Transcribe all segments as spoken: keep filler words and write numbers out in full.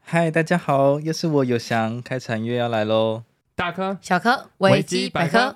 嗨，大家好，又是我有翔，开场音乐要来咯。 大科小科维基百科。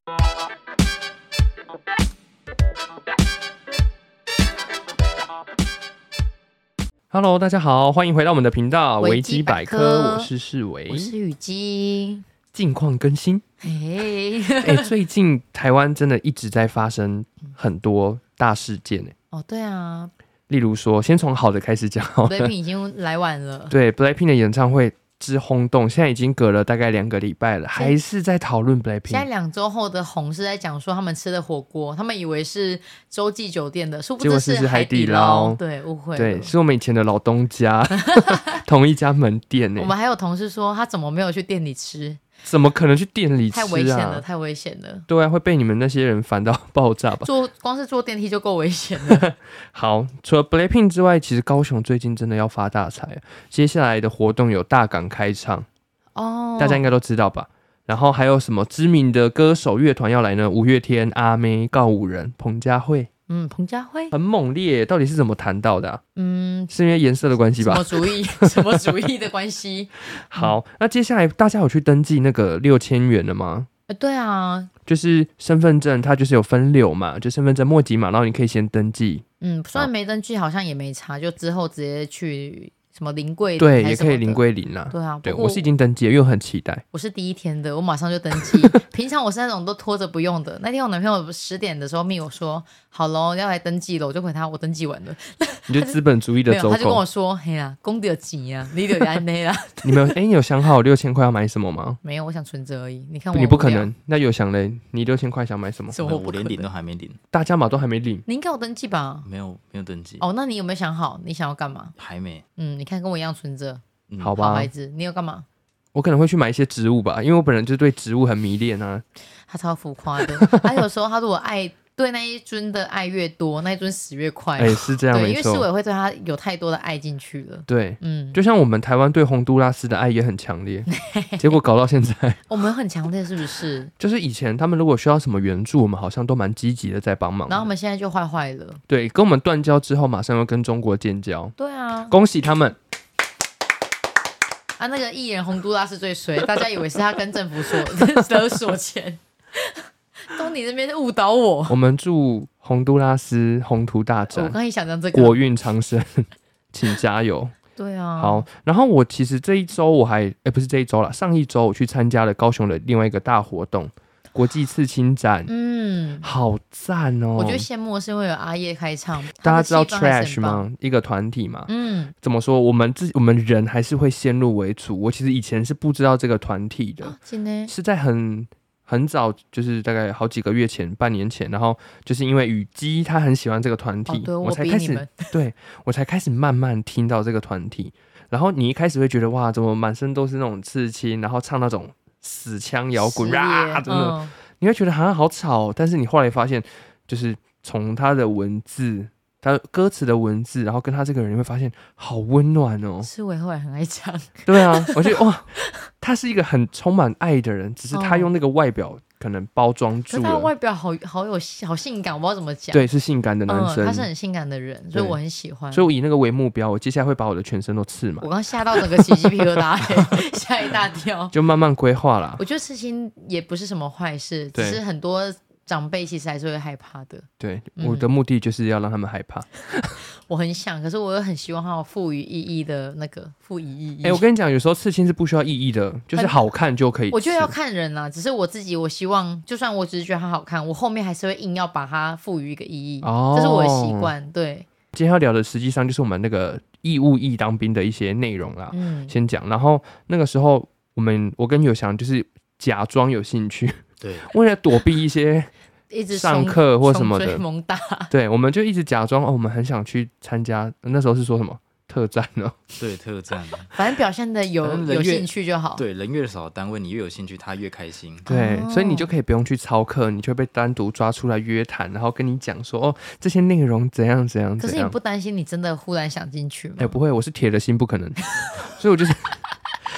Hello， 大家好，欢迎回到我们的频道维维基基百科， 百科我是世维， 我是雨姬。 近况更新。 嘿， 哎、最近台湾真的一直在发生很多大事件哎， 哦，对啊例如说，先从好的开始讲好了。 ，Blackpink 已经来晚了。 对 Blackpink 的演唱会之轰动，现在已经隔了大概两个礼拜了，还是在讨论 Blackpink。 现在两周后的红是在讲说他们吃的火锅，他们以为是洲际酒店的，殊不结果知是海底底捞对，误会了。 对，是我们以前的老东家，同一家门店呢。 我们还有同事说他怎么没有去店里吃， 怎么可能去店里吃啊？ 太危险了，太危险了。 对啊，会被你们那些人烦到爆炸吧？ 坐光是坐电梯就够危险了。 好，除了 Blackpink 之外，其实高雄最近真的要发大财了。接下来的活动有大港开唱， 哦， 大家应该都知道吧？然后还有什么知名的歌手乐团要来呢？五月天、阿妹、告五人、彭佳慧， 嗯，彭佳慧， 很猛烈。到底是怎么谈到的、啊？ 嗯， 是因为颜色的关系吧什么？主义？什么主义的关系？ 好，那接下来大家有去登记那个六千元了吗？ 呃对啊， 就是身份证，它就是有分流嘛，就身份证末级嘛，然后你可以先登记， 嗯，虽然没登记，好像也没差，就之后直接去什么临柜， 对，也可以零。归零啦。 对啊， 对， 不过我是已经登记了，因为我很期待。 我是第一天的，我马上就登记。平常我是那种都拖着不用的。那天我男朋友十点的时候密我说好咯，要来登记了，我就回他我登记完了。 你就资本主义的没有， 走他就跟我狗。 说嘿啦，公的钱啊，你就安内啦。 你们哎，你有想好六千块要买什么吗？ 没有，我想存着而已。你看我你不可无聊， 能。那有想嘞，你六千块想买什么？ 什么我连领不可能都还没领， 大家嘛都还没领。 你应该有登记吧？ 没有没有登记， 哦，那你有没有想好你想要干嘛？ 还没。 嗯，你看跟我一样存着。 嗯好吧好孩，子，你有干嘛？ 我可能会去买一些植物吧，因为我本人就对植物很迷恋啊。 他超浮夸的。他有时候他如果爱对那一尊的爱越多，那一尊死越快。 哎，是这样对， 没因为世伟错。 会对他有太多的爱进去了。 对， 嗯， 就像我们台湾对洪都拉斯的爱也很强烈，结果搞到现在， 我们很强烈，是不是？ 就是以前他们如果需要什么援助，我们好像都蛮积极的在帮忙的。 然后我们现在就坏坏了。 对，跟我们断交之后，马上又跟中国建交， 对啊， 恭喜他们。 啊，那个艺人洪都拉斯最衰，大家以为是他跟政府索勒索钱，都你那边误导我。 我们祝洪都拉斯宏图大我展， 刚才想讲这个。 国运昌盛，请加油。 对啊， 好，然后我其实这一周我还，哎，不是这一周啦，上一周我去参加了高雄的另外一个大活动——国际刺青展， 嗯， 好赞哦！ 我觉得羡慕的是因为有阿叶开唱， 大家知道他的气氛还是 Trash 很棒？ 吗？一个团体嘛。 嗯， 怎么说？我们自我们人还是会先入为主。我其实以前是不知道这个团体的， 啊真的， 是在很很早，就是大概好几个月前、半年前，然后就是因为雨姬他很喜欢这个团体， 哦，对， 我才开始比你们， 对我才开始慢慢听到这个团体。然后你一开始会觉得哇，怎么满身都是那种刺青，然后唱那种死腔摇滚， 失啊， 业真的， 嗯你会觉得好像好吵。但是你后来发现，就是从他的文字。他歌词的文字，然后跟他这个人，你会发现好温暖哦。 世伟后来很爱唱， 对啊，我觉得哇，他是一个很充满爱的人，只是他哦用那个外表可能包装住可是他的了。 外表好好有好性感，我不知道怎么讲。 对，是性感的男生， 嗯，他是很性感的人，所以我很喜欢。 所以我以那个为目标，我接下来会把我的全身都刺满我，刚吓到整个起鸡皮疙瘩、欸，吓一大跳。 就慢慢规划啦。 我觉得刺青也不是什么坏事，只对是很多长辈其实还是会害怕的。 对， 嗯我的目的就是要让他们害怕。 我很想，可是我又很希望它有赋予意义的那个赋予意义。 哎、我跟你讲，有时候刺青是不需要意义的，就是好看就可以刺。 我觉得要看人啦，只是我自己，我希望，就算我只是觉得它好看，我后面还是会硬要把它赋予一个意义， 哦这是我的习惯。对， 今天要聊的实际上就是我们那个义务役当兵的一些内容啦， 嗯， 先讲。然后那个时候，我们我跟有翔就是假装有兴趣， 对， 为了躲避一些一直上课或什么的穷追猛打， 对，我们就一直假装哦，我们很想去参加。那时候是说什么特战呢？ 对特战， 反正表现的有反正人越有兴趣就好。 对人越少的单位，你越有兴趣，他越开心。 对， 哦所以你就可以不用去操课，你就会被单独抓出来约谈，然后跟你讲说哦，这些内容怎样怎样怎样。 可是你不担心你真的忽然想进去吗？ 哎、不会，我是铁了心不可能，所以我就是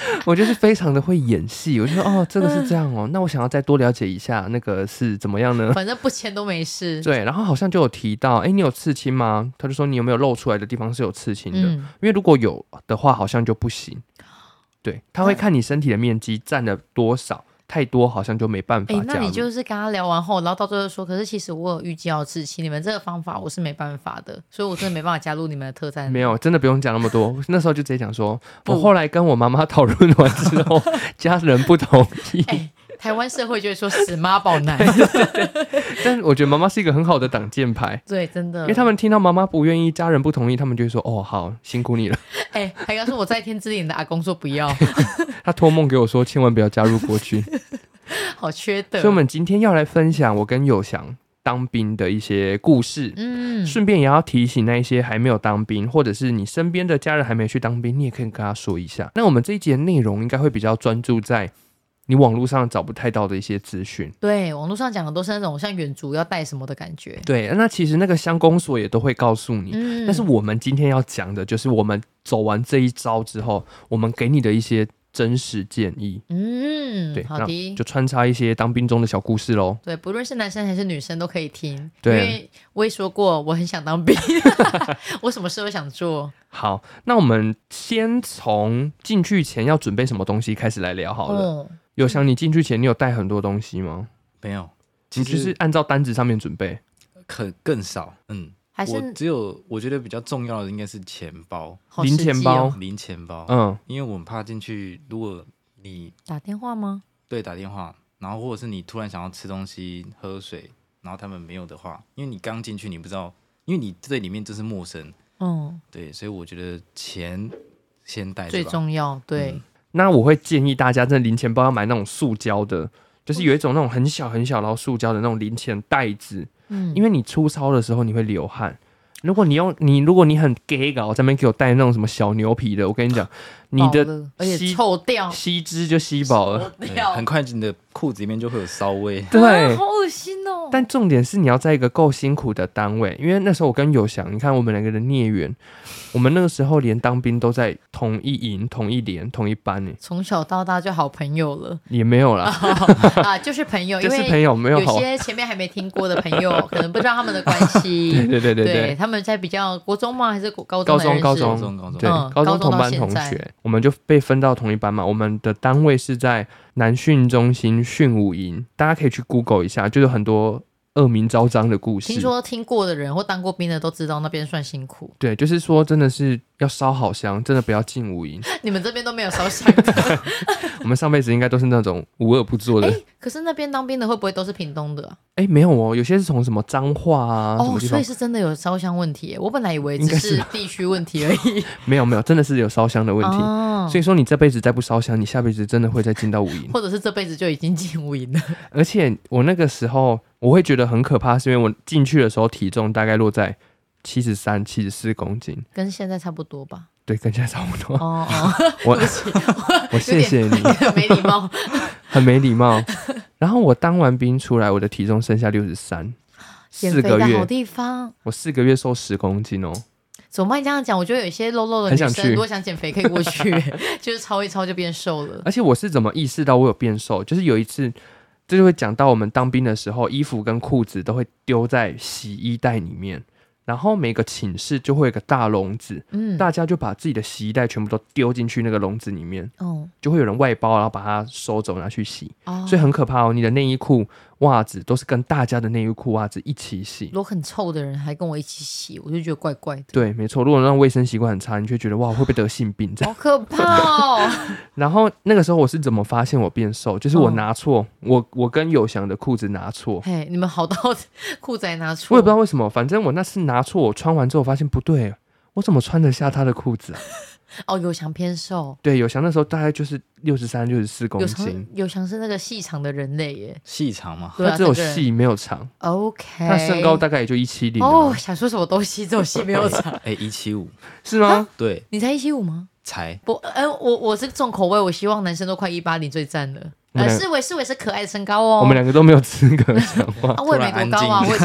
我就是非常的会演戏，我就说哦，这个是这样哦，那我想要再多了解一下，那个是怎么样呢？ 反正不签都没事。 对，然后好像就有提到，哎，你有刺青吗？他就说你有没有露出来的地方是有刺青的， 嗯， 因为如果有的话，好像就不行。对，他会看你身体的面积占了多少。太多好像就没办法加入。 哎，那你就是跟他聊完后，然后到最后说，可是其实我有预计要刺青，你们这个方法我是没办法的，所以我真的没办法加入你们的特战。 没有，真的不用讲那么多。那时候就直接讲说，我后来跟我妈妈讨论完之后，家人不同意。 哎，台湾社会就会说死妈宝男， 但我觉得妈妈是一个很好的挡箭牌。 对，真的， 因为他们听到妈妈不愿意，家人不同意，他们就会说，哦，好，辛苦你了。 哎，还刚说我在天之灵的阿公说不要， 他托梦给我说，千万不要加入国军。 好缺德。 所以我们今天要来分享我跟友翔当兵的一些故事， 嗯， 顺便也要提醒那一些还没有当兵，或者是你身边的家人还没去当兵，你也可以跟他说一下。那我们这一集的内容应该会比较专注在你网络上找不太到的一些资讯。 对，网络上讲的都是那种像远足要带什么的感觉。 对，那其实那个乡公所也都会告诉你， 嗯， 但是我们今天要讲的就是我们走完这一招之后，我们给你的一些真实建议。 嗯， 对， 好的， 就穿插一些当兵中的小故事咯。 对，不论是男生还是女生都可以听。 对， 因为我也说过我很想当兵，我什么事都想做。 好，那我们先从进去前要准备什么东西开始来聊好了。哦，有想你进去前你有带很多东西吗？ 没有， 你就是按照单子上面准备， 可更少。嗯， 还是我只有我觉得比较重要的应该是钱包， 零钱包， 零钱包。 嗯， 因为我们怕进去，如果你打电话吗？ 对，打电话，然后或者是你突然想要吃东西、喝水，然后他们没有的话，因为你刚进去，你不知道，因为你对里面就是陌生。嗯，对，所以我觉得钱先带最重要。对。嗯， 那我会建议大家，这零钱包要买那种塑胶的，就是有一种那种很小很小然后塑胶的那种零钱袋子。嗯，因为你出操的时候你会流汗。如果你用你如果你很 gay 搞在那边给我带那种什么小牛皮的，我跟你讲，你的而且臭掉， 吸汁就吸饱了， 很快你的裤子里面就会有骚味。 对， 啊，好恶心哦。 但重点是你要在一个够辛苦的单位，因为那时候我跟友翔，你看我们两个的孽缘，我们那个时候连当兵都在同一营、同一连、同一班呢， 从小到大就好朋友了， 也没有啦， 啊，就是朋友， 就是朋友，没有好。 有些前面还没听过的朋友，可能不知道他们的关系。 对对对对对, 对， 他们在比较国中吗？还是高中？ 高中高中高中高中对， 嗯、 高中同班同学，我们就被分到同一班嘛。我们的单位是在南训中心训武营，大家可以去 Google 一下，就有很多恶名昭彰的故事。 听说听过的人或当过兵的都知道那边算辛苦。 对，就是说真的是要烧好香，真的不要进武营。 你们这边都没有烧香的。 我们上辈子应该都是那种无恶不作的。 欸，可是那边当兵的会不会都是屏东的啊？ 哎，没有哦，有些是从什么彰化啊， 哦， 什么地方， 所以是真的有烧香问题耶。我本来以为只是地区问题而已。 没有没有，真的是有烧香的问题。哦，所以说你这辈子再不烧香，你下辈子真的会再进到武营， 或者是这辈子就已经进武营了。 而且我那个时候我会觉得很可怕，是因为我进去的时候体重大概落在七十三、七十四公斤， 跟现在差不多吧？ 对，跟现在差不多。 哦哦， 我我谢谢你， 没礼貌， 很没礼貌。然后我当完兵出来，我的体重剩下六十三，四个月， 好地方。 我四个月瘦十公斤哦。 怎么办？你这样讲，我觉得有些肉肉的女生，如果想减肥，可以过去，就是操一操就变瘦了。 而且我是怎么意识到我有变瘦？就是有一次，这就会讲到我们当兵的时候，衣服跟裤子都会丢在洗衣袋里面。然后每个寝室就会有一个大笼子，嗯，大家就把自己的洗衣袋全部都丢进去那个笼子里面，哦，就会有人外包，然后把它收走拿去洗，哦，所以很可怕哦。你的内衣裤、袜子都是跟大家的内衣裤、袜子一起洗。 如果很臭的人还跟我一起洗，我就觉得怪怪的。 对，没错。如果那卫生习惯很差，你就会觉得哇，会不会得性病？ 好可怕哦。 然后那个时候我是怎么发现我变瘦？就是我拿错，哦，我我跟友翔的裤子拿错。 嘿，你们好到裤子还拿错？ 我也不知道为什么，反正我那次拿错，我穿完之后发现不对，我怎么穿得下他的裤子啊？ 哦，友翔偏瘦。 对，友翔那时候大概就是六十三、六十四公斤。 友翔是那个细长的人类耶。 细长吗？ 对啊， 他只有细没有长。 OK。 他身高大概也就一七零。 哦，想说什么东西，只有细没有长。 哎，一七五是吗？ 对， 你才一七五吗？ 才不，呃，我我是重口味，我希望男生都快一八零最赞了。呃，世伟世伟是可爱的身高哦。 我们两个都没有资格讲话。 啊，我也没多高啊，我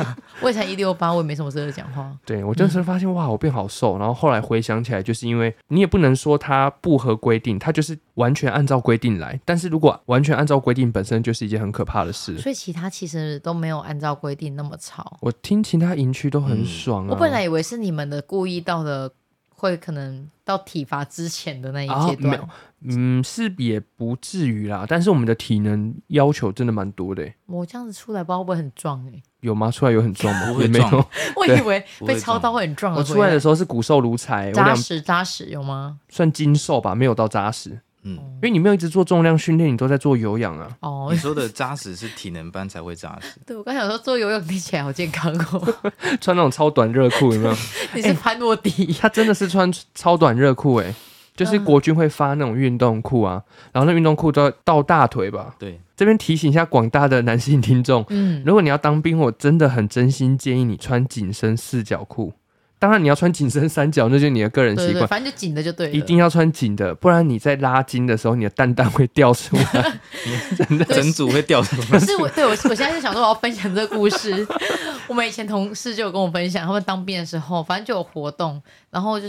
我也才一六八，我也没什么资格讲话。 对，我就是发现、嗯、哇，我变好瘦。然后后来回想起来，就是因为你也不能说它不合规定，它就是完全按照规定来。但是如果完全按照规定，本身就是一件很可怕的事。 所以其他其实都没有按照规定那么吵。 我听其他营区都很爽啊、嗯。 我本来以为是你们的故意到的，会可能到体罚之前的那一阶段。啊、 嗯，是也不至于啦，但是我们的体能要求真的蛮多的。 我这样子出来，不知道会不会很壮哎、欸？ 有吗？出来有很壮吗？ 不会壮。 我以为被操到会很壮。 我出来的时候是骨瘦如柴， 扎实扎实有吗？ 算精瘦吧，没有到扎实。嗯，因为你没有一直做重量训练，你都在做有氧啊。 哦，你说的扎实是体能班才会扎实。 对，我刚想说做游泳听起来好健康哦。 穿那种超短热裤有没有？ 你是潘诺迪、欸？ 他真的是穿超短热裤哎。就是国军会发那种运动裤啊，然后那运动裤都到大腿吧。 对， 这边提醒一下广大的男性听众，嗯，如果你要当兵，我真的很真心建议你穿紧身四角裤。当然你要穿紧身三角，那就是你的个人习惯， 反正就紧的就对了。 一定要穿紧的，不然你在拉筋的时候，你的蛋蛋会掉出来， 真的整组会掉出来。 可是我对我我现在就想说我要分享这个故事。我们以前同事就有跟我分享，他们当兵的时候，反正就有活动，然后就是。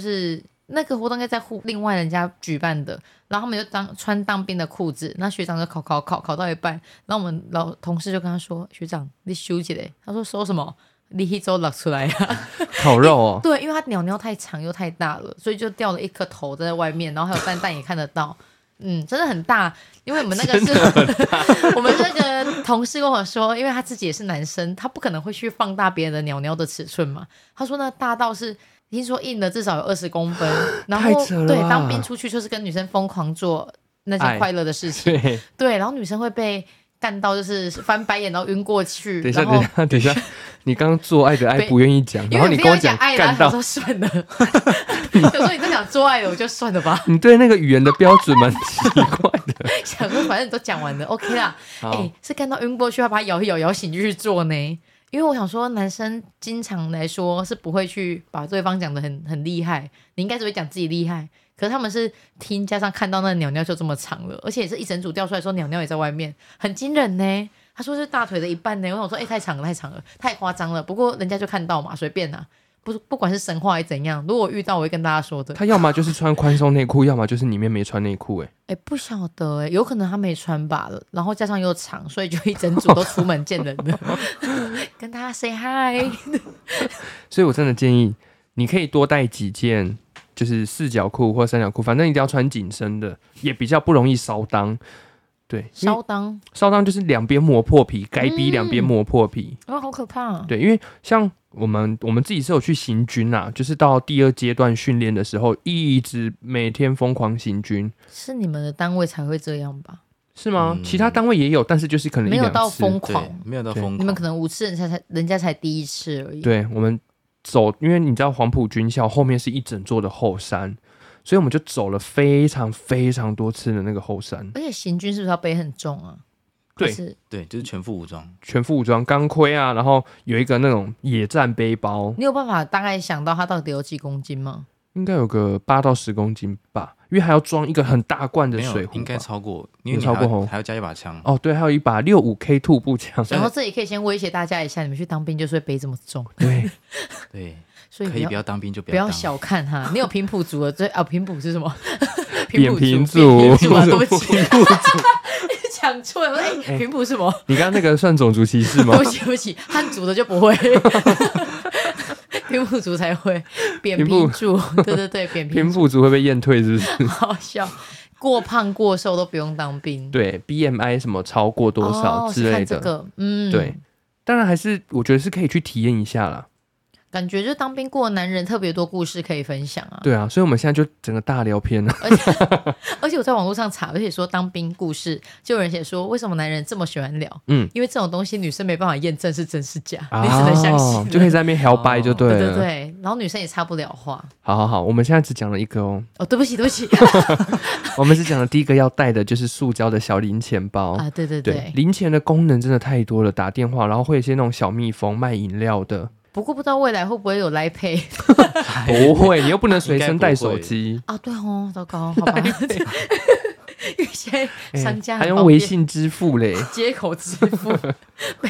那个活动应该在另外人家举办的，然后他们就当穿当兵的裤子，那学长就考考考考到一半，然后我们老同事就跟他说：“学长，你收起来。”他说：“收什么？你一周拿出来啊？” 烤肉哦。 对，因为他鸟鸟太长又太大了，所以就掉了一颗头在外面，然后还有蛋蛋也看得到。嗯，真的很大，因为我们那个是我们那个同事跟我说，因为他自己也是男生，他不可能会去放大别人的鸟鸟的尺寸嘛。他说那大到是。听说硬的至少有二十公分，然后对当兵出去就是跟女生疯狂做那些快乐的事情，对对，然后女生会被干到就是翻白眼，然后晕过去。 等一下，等一下，等一下，你刚刚做爱的爱不愿意讲，然后你跟我讲干到， 我说算了，有时候你在讲做爱的，我就算了吧。 你对那个语言的标准蛮奇怪的。 想说反正你都讲完了 ，OK 啦。哎、欸，是干到晕过去，要把它摇一摇，摇醒继续做呢。因为我想说，男生经常来说是不会去把对方讲得很很厉害，你应该只会讲自己厉害。可是他们是听加上看到那个鸟鸟就这么长了，而且也是一整组掉出来说鸟鸟也在外面，很惊人呢。他说是大腿的一半呢，我想说哎、欸、太长了太长了，太夸张了。不过人家就看到嘛，随便啊，不不管是神话还是怎样，如果我遇到我会跟大家说的。 他要么就是穿宽松内裤，要么就是里面没穿内裤哎。 哎、欸，不晓得哎、欸，有可能他没穿吧，然后加上又长，所以就一整组都出门见人了，跟大家 say hi。 所以我真的建议你可以多带几件，就是四角裤或三角裤，反正一定要穿紧身的，也比较不容易烧裆。对， 烧裆， 烧裆就是两边磨破皮，该逼两边磨破皮。 哦，好可怕、啊。 对，因为像我们我们自己是有去行军啊，就是到第二阶段训练的时候，一直每天疯狂行军。 是你们的单位才会这样吧？ 是吗？嗯、其他单位也有，但是就是可能一两次没有到疯狂， 没有到疯狂。 你们可能五次人才才人家才第一次而已。 对，我们走，因为你知道黄埔军校后面是一整座的后山。所以我们就走了非常非常多次的那个后山， 而且行军是不是要背很重啊？ 对对，就是全副武装， 全副武装，钢盔啊，然后有一个那种野战背包。 你有办法大概想到它到底有几公斤吗？ 应该有个八到十公斤吧，因为还要装一个很大罐的水壶， 应该超过，因为你还要超过还要加一把枪。 哦，对，还有一把六五 K 兔步枪。 然后这里可以先威胁大家一下，你们去当兵就是会背这么重。 对对。 所以可以不要当兵就不要不要小看哈。你有平埔族的最啊，平埔是什么？ 扁平族，扁平族啊，对不起，讲错了。哎、欸，平埔是什么？ 你刚刚那个算种族歧视吗？ 对不起，对不起，汉族的就不会，平埔族才会。扁平族，对对对，扁平。 平埔族会被验退，是不是？ 好笑。过胖过瘦都不用当兵。 对 ，B M I 什么超过多少之类的。 哦、这个，嗯， 对。当然还是我觉得是可以去体验一下啦。 感觉就当兵过的男人特别多故事可以分享啊。 对啊，所以我们现在就整个大聊偏了。 而且而且我在网络上查，而且说当兵故事，就有人写说为什么男人这么喜欢聊？嗯，因为这种东西女生没办法验证是真是假，哦、你只能相信， 就可以在那边摇摆就对了。 对对对，然后女生也插不了话。 好好好，我们现在只讲了一个哦。 哦，对不起对不起， 我们是讲的第一个要带的就是塑胶的小零钱包啊。对对 对, 对，零钱的功能真的太多了，打电话，然后会有一些那种小蜜蜂卖饮料的。 不过不知道未来会不会有来配？ 不会，你又不能随身带手机啊。对哦，糟糕，好吧。因为现在商家、 欸、还用微信支付嘞， 接口支付被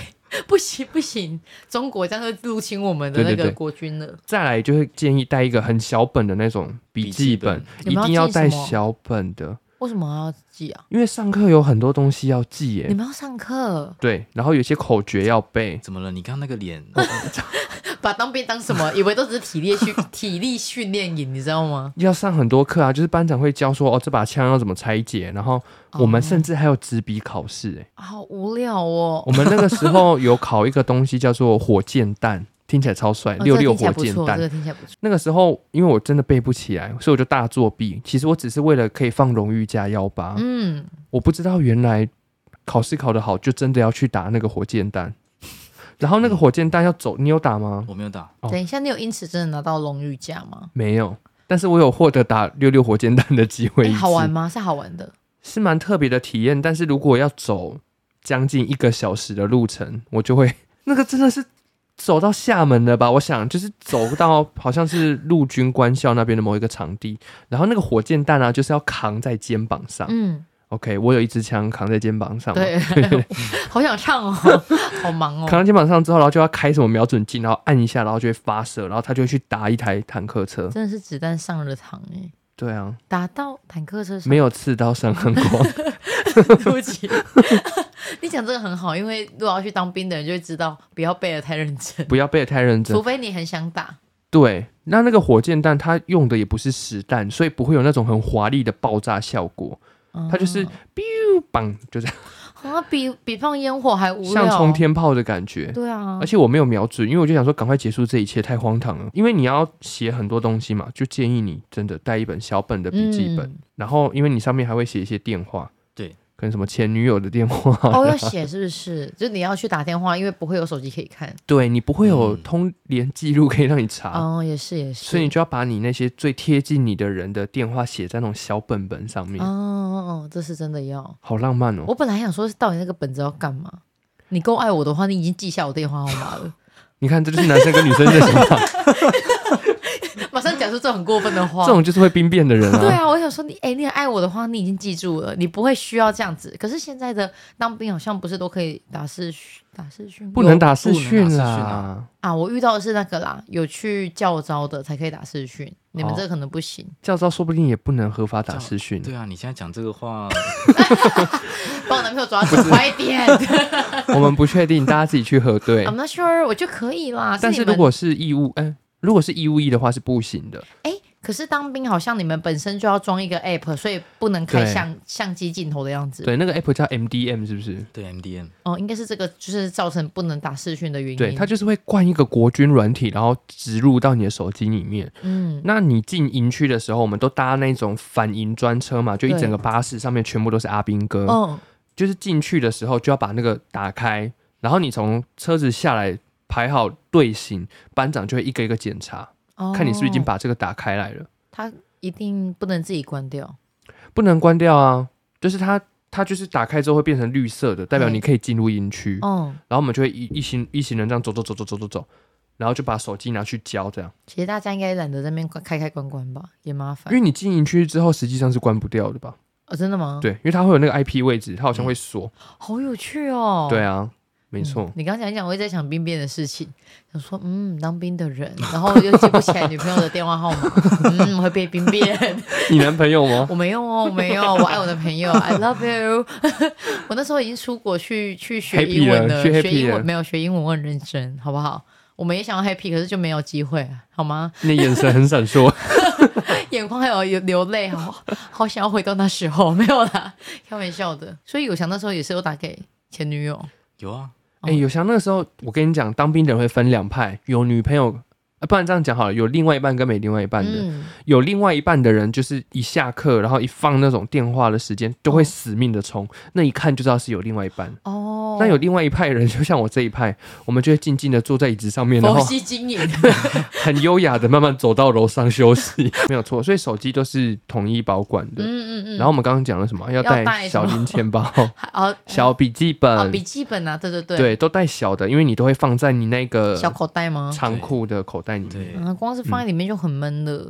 不行不行，中国这样就入侵我们的那个国军了。对对对， 再来就会建议带一个很小本的那种笔记本，一定要带小本的。 为什么要记啊？ 因为上课有很多东西要记耶。 你们要上课？ 对，然后有些口诀要背。 怎么了？你刚刚那个脸， 把当兵当什么？以为都只是体力训体力训练营，你知道吗？ 要上很多课啊，就是班长会教说，哦，这把枪要怎么拆解，然后我们甚至还有纸笔考试，哎、 哦，好无聊哦。 我们那个时候有考一个东西叫做火箭弹。听起来超帅，六六火箭弹。 这个听起来不错。 那个时候，因为我真的背不起来，所以我就大作弊。其实我只是为了可以放荣誉加幺八。嗯，我不知道原来考试考得好，就真的要去打那个火箭弹。然后那个火箭弹要走，你有打吗？ 我没有打。 哦、等一下，你有因此真的拿到荣誉价吗？ 没有，但是我有获得打六六火箭弹的机会、欸。 好玩吗？是好玩的， 是蛮特别的体验。但是如果要走将近一个小时的路程，我就会那个真的是。走到厦门了吧？我想就是走到好像是陆军官校那边的某一个场地，然后那个火箭弹啊，就是要扛在肩膀上。嗯 ，OK， 我有一支枪扛在肩膀上。 对，好想唱哦，好忙哦。 扛在肩膀上之后，然后就要开什么瞄准镜，然后按一下，然后就会发射，然后他就会去打一台坦克车。 真的是子弹上了膛哎。 对啊， 打到坦克车上没有刺到伤痕过。 对不起，你讲这个很好，因为如果要去当兵的人就会知道，不要背得太认真， 不要背得太认真， 除非你很想打。 对，那那个火箭弹它用的也不是实弹，所以不会有那种很华丽的爆炸效果，哦、它就是 biu 棒就这样。 啊，比比放烟火还无聊， 像冲天炮的感觉。 对啊， 而且我没有瞄准，因为我就想说赶快结束这一切，太荒唐了。因为你要写很多东西嘛，就建议你真的带一本小本的笔记本，嗯、然后因为你上面还会写一些电话， 对， 跟什么前女友的电话。 哦，要写是不是？就你要去打电话，因为不会有手机可以看， 对你不会有通联记录可以让你查。 哦，也是也是， 所以你就要把你那些最贴近你的人的电话写在那种小本本上面。 哦。哦，这是真的要， 好浪漫哦！ 我本来想说，到底那个本子要干嘛？你够爱我的话，你已经记下我电话号码了。 你看，这就是男生跟女生的想法。 马上讲出这种很过分的话， 这种就是会兵变的人啊。 对啊，我想说你，哎、欸，你很爱我的话，你已经记住了，你不会需要这样子。可是现在的当兵好像不是都可以打视讯，打视讯不能打视讯啦。 啊，我遇到的是那个啦，有去教召的才可以打视讯。你们这可能不行， 教召说不定也不能合法打视讯。 对啊，你现在讲这个话， 把我男朋友抓住，快一点！ 我们不确定，大家自己去核对。 I'm not sure， 我就可以啦。 但是如果是义务，哎、欸，如果是义务役的话是不行的。 哎、欸，可是当兵好像你们本身就要装一个 app， 所以不能开相相机镜头的样子。 对，那个 app 叫 M D M， 是不是？ 对 ，M D M。 哦，应该是这个，就是造成不能打视讯的原因。 对，它就是会灌一个国军软体，然后植入到你的手机里面。嗯，那你进营区的时候，我们都搭那种反营专车嘛，就一整个巴士上面全部都是阿兵哥。嗯，就是进去的时候就要把那个打开，然后你从车子下来排好队形，班长就会一个一个检查。哦、看你是不是已经把这个打开来了， 他一定不能自己关掉， 不能关掉啊！就是他，他就是打开之后会变成绿色的，代表你可以进入营区。哦，然后我们就会一一行一行人这样走走走走走走走，然后就把手机拿去交，这样。 其实大家应该懒得在那边开开关关吧，也麻烦。 因为你进营区之后，实际上是关不掉的吧？ 哦，真的吗？ 对，因为它会有那个 I P 位置，它好像会锁、嗯。 好有趣哦！ 对啊。没错、嗯， 你刚讲一讲，我也在想兵变的事情，想说，嗯，当兵的人，然后又记不起来女朋友的电话号码，嗯，会被兵变。 你男朋友吗？ 我没有哦，我没有，我爱我的朋友 ，I love you 。我那时候已经出国去去学英文了， 了学英文没有学英文，我很认真，好不好？我们也想要 happy， 可是就没有机会，好吗？ 你眼神很闪烁， 眼眶还有有流泪，好好想要回到那时候，没有啦，开玩笑的。所以有翔那时候也是有打给前女友， 有啊。 哎、欸，有翔那个时候，我跟你讲，当兵的人会分两派，有女朋友，啊、不然这样讲好了，有另外一半跟没另外一半的。嗯、有另外一半的人，就是一下课，然后一放那种电话的时间，都会死命的冲，哦、那一看就知道是有另外一半。哦，那有另外一派人，就像我这一派，我们就会静静的坐在椅子上面，然后佛系经营， 很优雅的慢慢走到楼上休息，没有错。所以手机都是统一保管的。嗯嗯嗯。然后我们刚刚讲了什么？要带小零钱包，哦，小笔记本， 哦，笔记本啊，对对对， 对，都带小的，因为你都会放在你那个小口袋吗？ 仓库的口袋里面。 啊，光是放在里面就很闷了。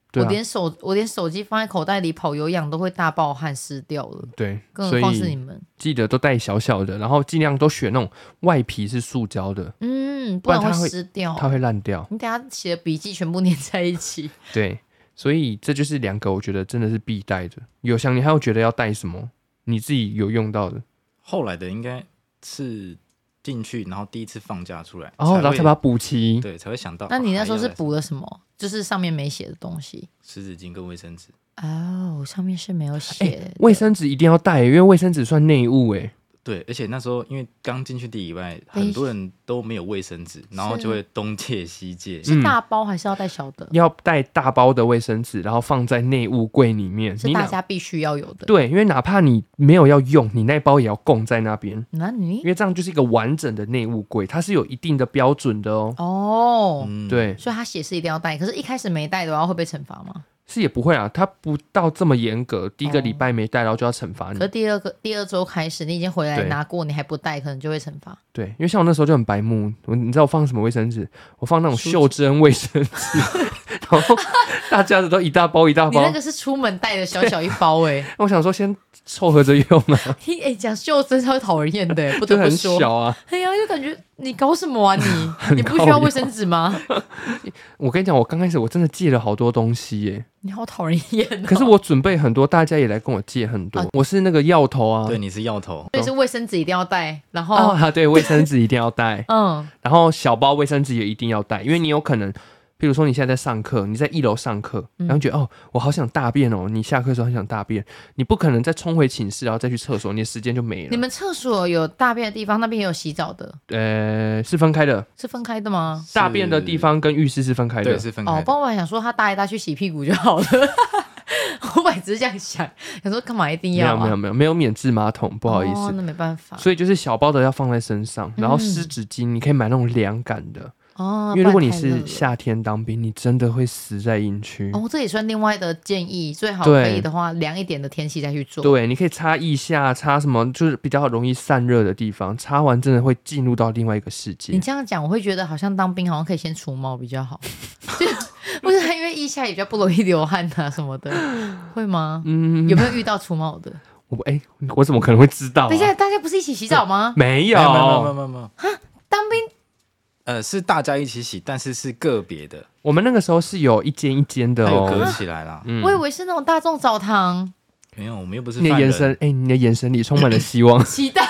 我连手我连手机放在口袋里跑有氧都会大爆汗湿掉了。 对， 更何况是你们。 记得都带小小的，然后尽量都选那种外皮是塑胶的， 嗯，不然会湿掉， 它会烂掉。 你等一下写的笔记全部粘在一起。 对，所以这就是两个我觉得真的是必带的。有想你还有觉得要带什么？你自己有用到的？ 后来的应该是进去，然后第一次放假出来， 哦，然后才把它补齐， 对，才会想到。 那你那时候是补了什么？就是上面没写的东西， 湿纸巾跟卫生纸。 哦，上面是没有写的。 卫生纸一定要带，因为卫生纸算内务哎。 对，而且那时候因为刚进去第一礼拜，很多人都没有卫生纸，然后就会东借西借。 是大包还是要带小的？ 嗯、要带大包的卫生纸，然后放在内务柜里面， 是大家必须要有的。 对，因为哪怕你没有要用，你那包也要供在那边。 那你因为这样就是一个完整的内务柜，它是有一定的标准的哦。 哦， 嗯、对， 所以他写是一定要带，可是一开始没带的话会被惩罚吗？ 是也不会啊，他不到这么严格，第一个礼拜没带，然后就要惩罚你。 可是第二个第二周开始，你已经回来拿过，你还不带，可能就会惩罚。 对，因为像我那时候就很白目，你知道我放什么卫生纸？我放那种袖珍卫生纸，然后大家的都一大包一大包。 你那个是出门带的小小一包哎、欸， 我想说先凑合着用啊。 哎，讲袖珍超讨人厌的、欸，不得不说。 很小啊。 哎呀，就感觉你搞什么啊你？你不需要卫生纸吗？ 我跟你讲，我刚开始我真的借了好多东西耶、欸。 你好讨人厌、哦。 可是我准备很多，大家也来跟我借很多。啊、我是那个药头啊。 对，你是药头。 所以是卫生纸一定要带，然后啊，对，卫生纸一定要带。嗯，然后小包卫生纸也一定要带，因为你有可能。比如说你现在在上课，你在一楼上课，然后觉得、嗯、哦，我好想大便哦，你下课的时候很想大便，你不可能再冲回寝室然后再去厕所，你的时间就没了。 你们厕所有大便的地方，那边也有洗澡的？ 呃，是分开的。 是分开的吗？ 大便的地方跟浴室是分开的。 对，是分开的。 哦，不然我还想说他大一大去洗屁股就好了。我本来只是这样想，想说干嘛一定要、啊？ 没有没有没有没有免治马桶，不好意思。 哦，那没办法。 所以就是小包的要放在身上，然后湿纸巾你可以买那种凉感的。哦，因为如果你是夏天当兵，你真的会死在营区。 哦，这也算另外的建议，最好可以的话，凉一点的天气再去做。 对，你可以擦腋下，擦什么就是比较容易散热的地方，擦完真的会进入到另外一个世界。 你这样讲，我会觉得好像当兵好像可以先除毛比较好，不是因为腋下也比较不容易流汗啊什么的，会吗？嗯，有没有遇到除毛的？ 我哎、欸，我怎么可能会知道、啊？ 等一下，大家不是一起洗澡吗？ 没有， 没有，没有，没有，没有。 哈，当兵。 呃，是大家一起洗，但是是个别的。 我们那个时候是有一间一间的哦， 它有隔起来啦、 嗯。我以为是那种大众澡堂。 没有，我们又不是。 你的眼神，哎、欸，你的眼神里充满了希望、 期待。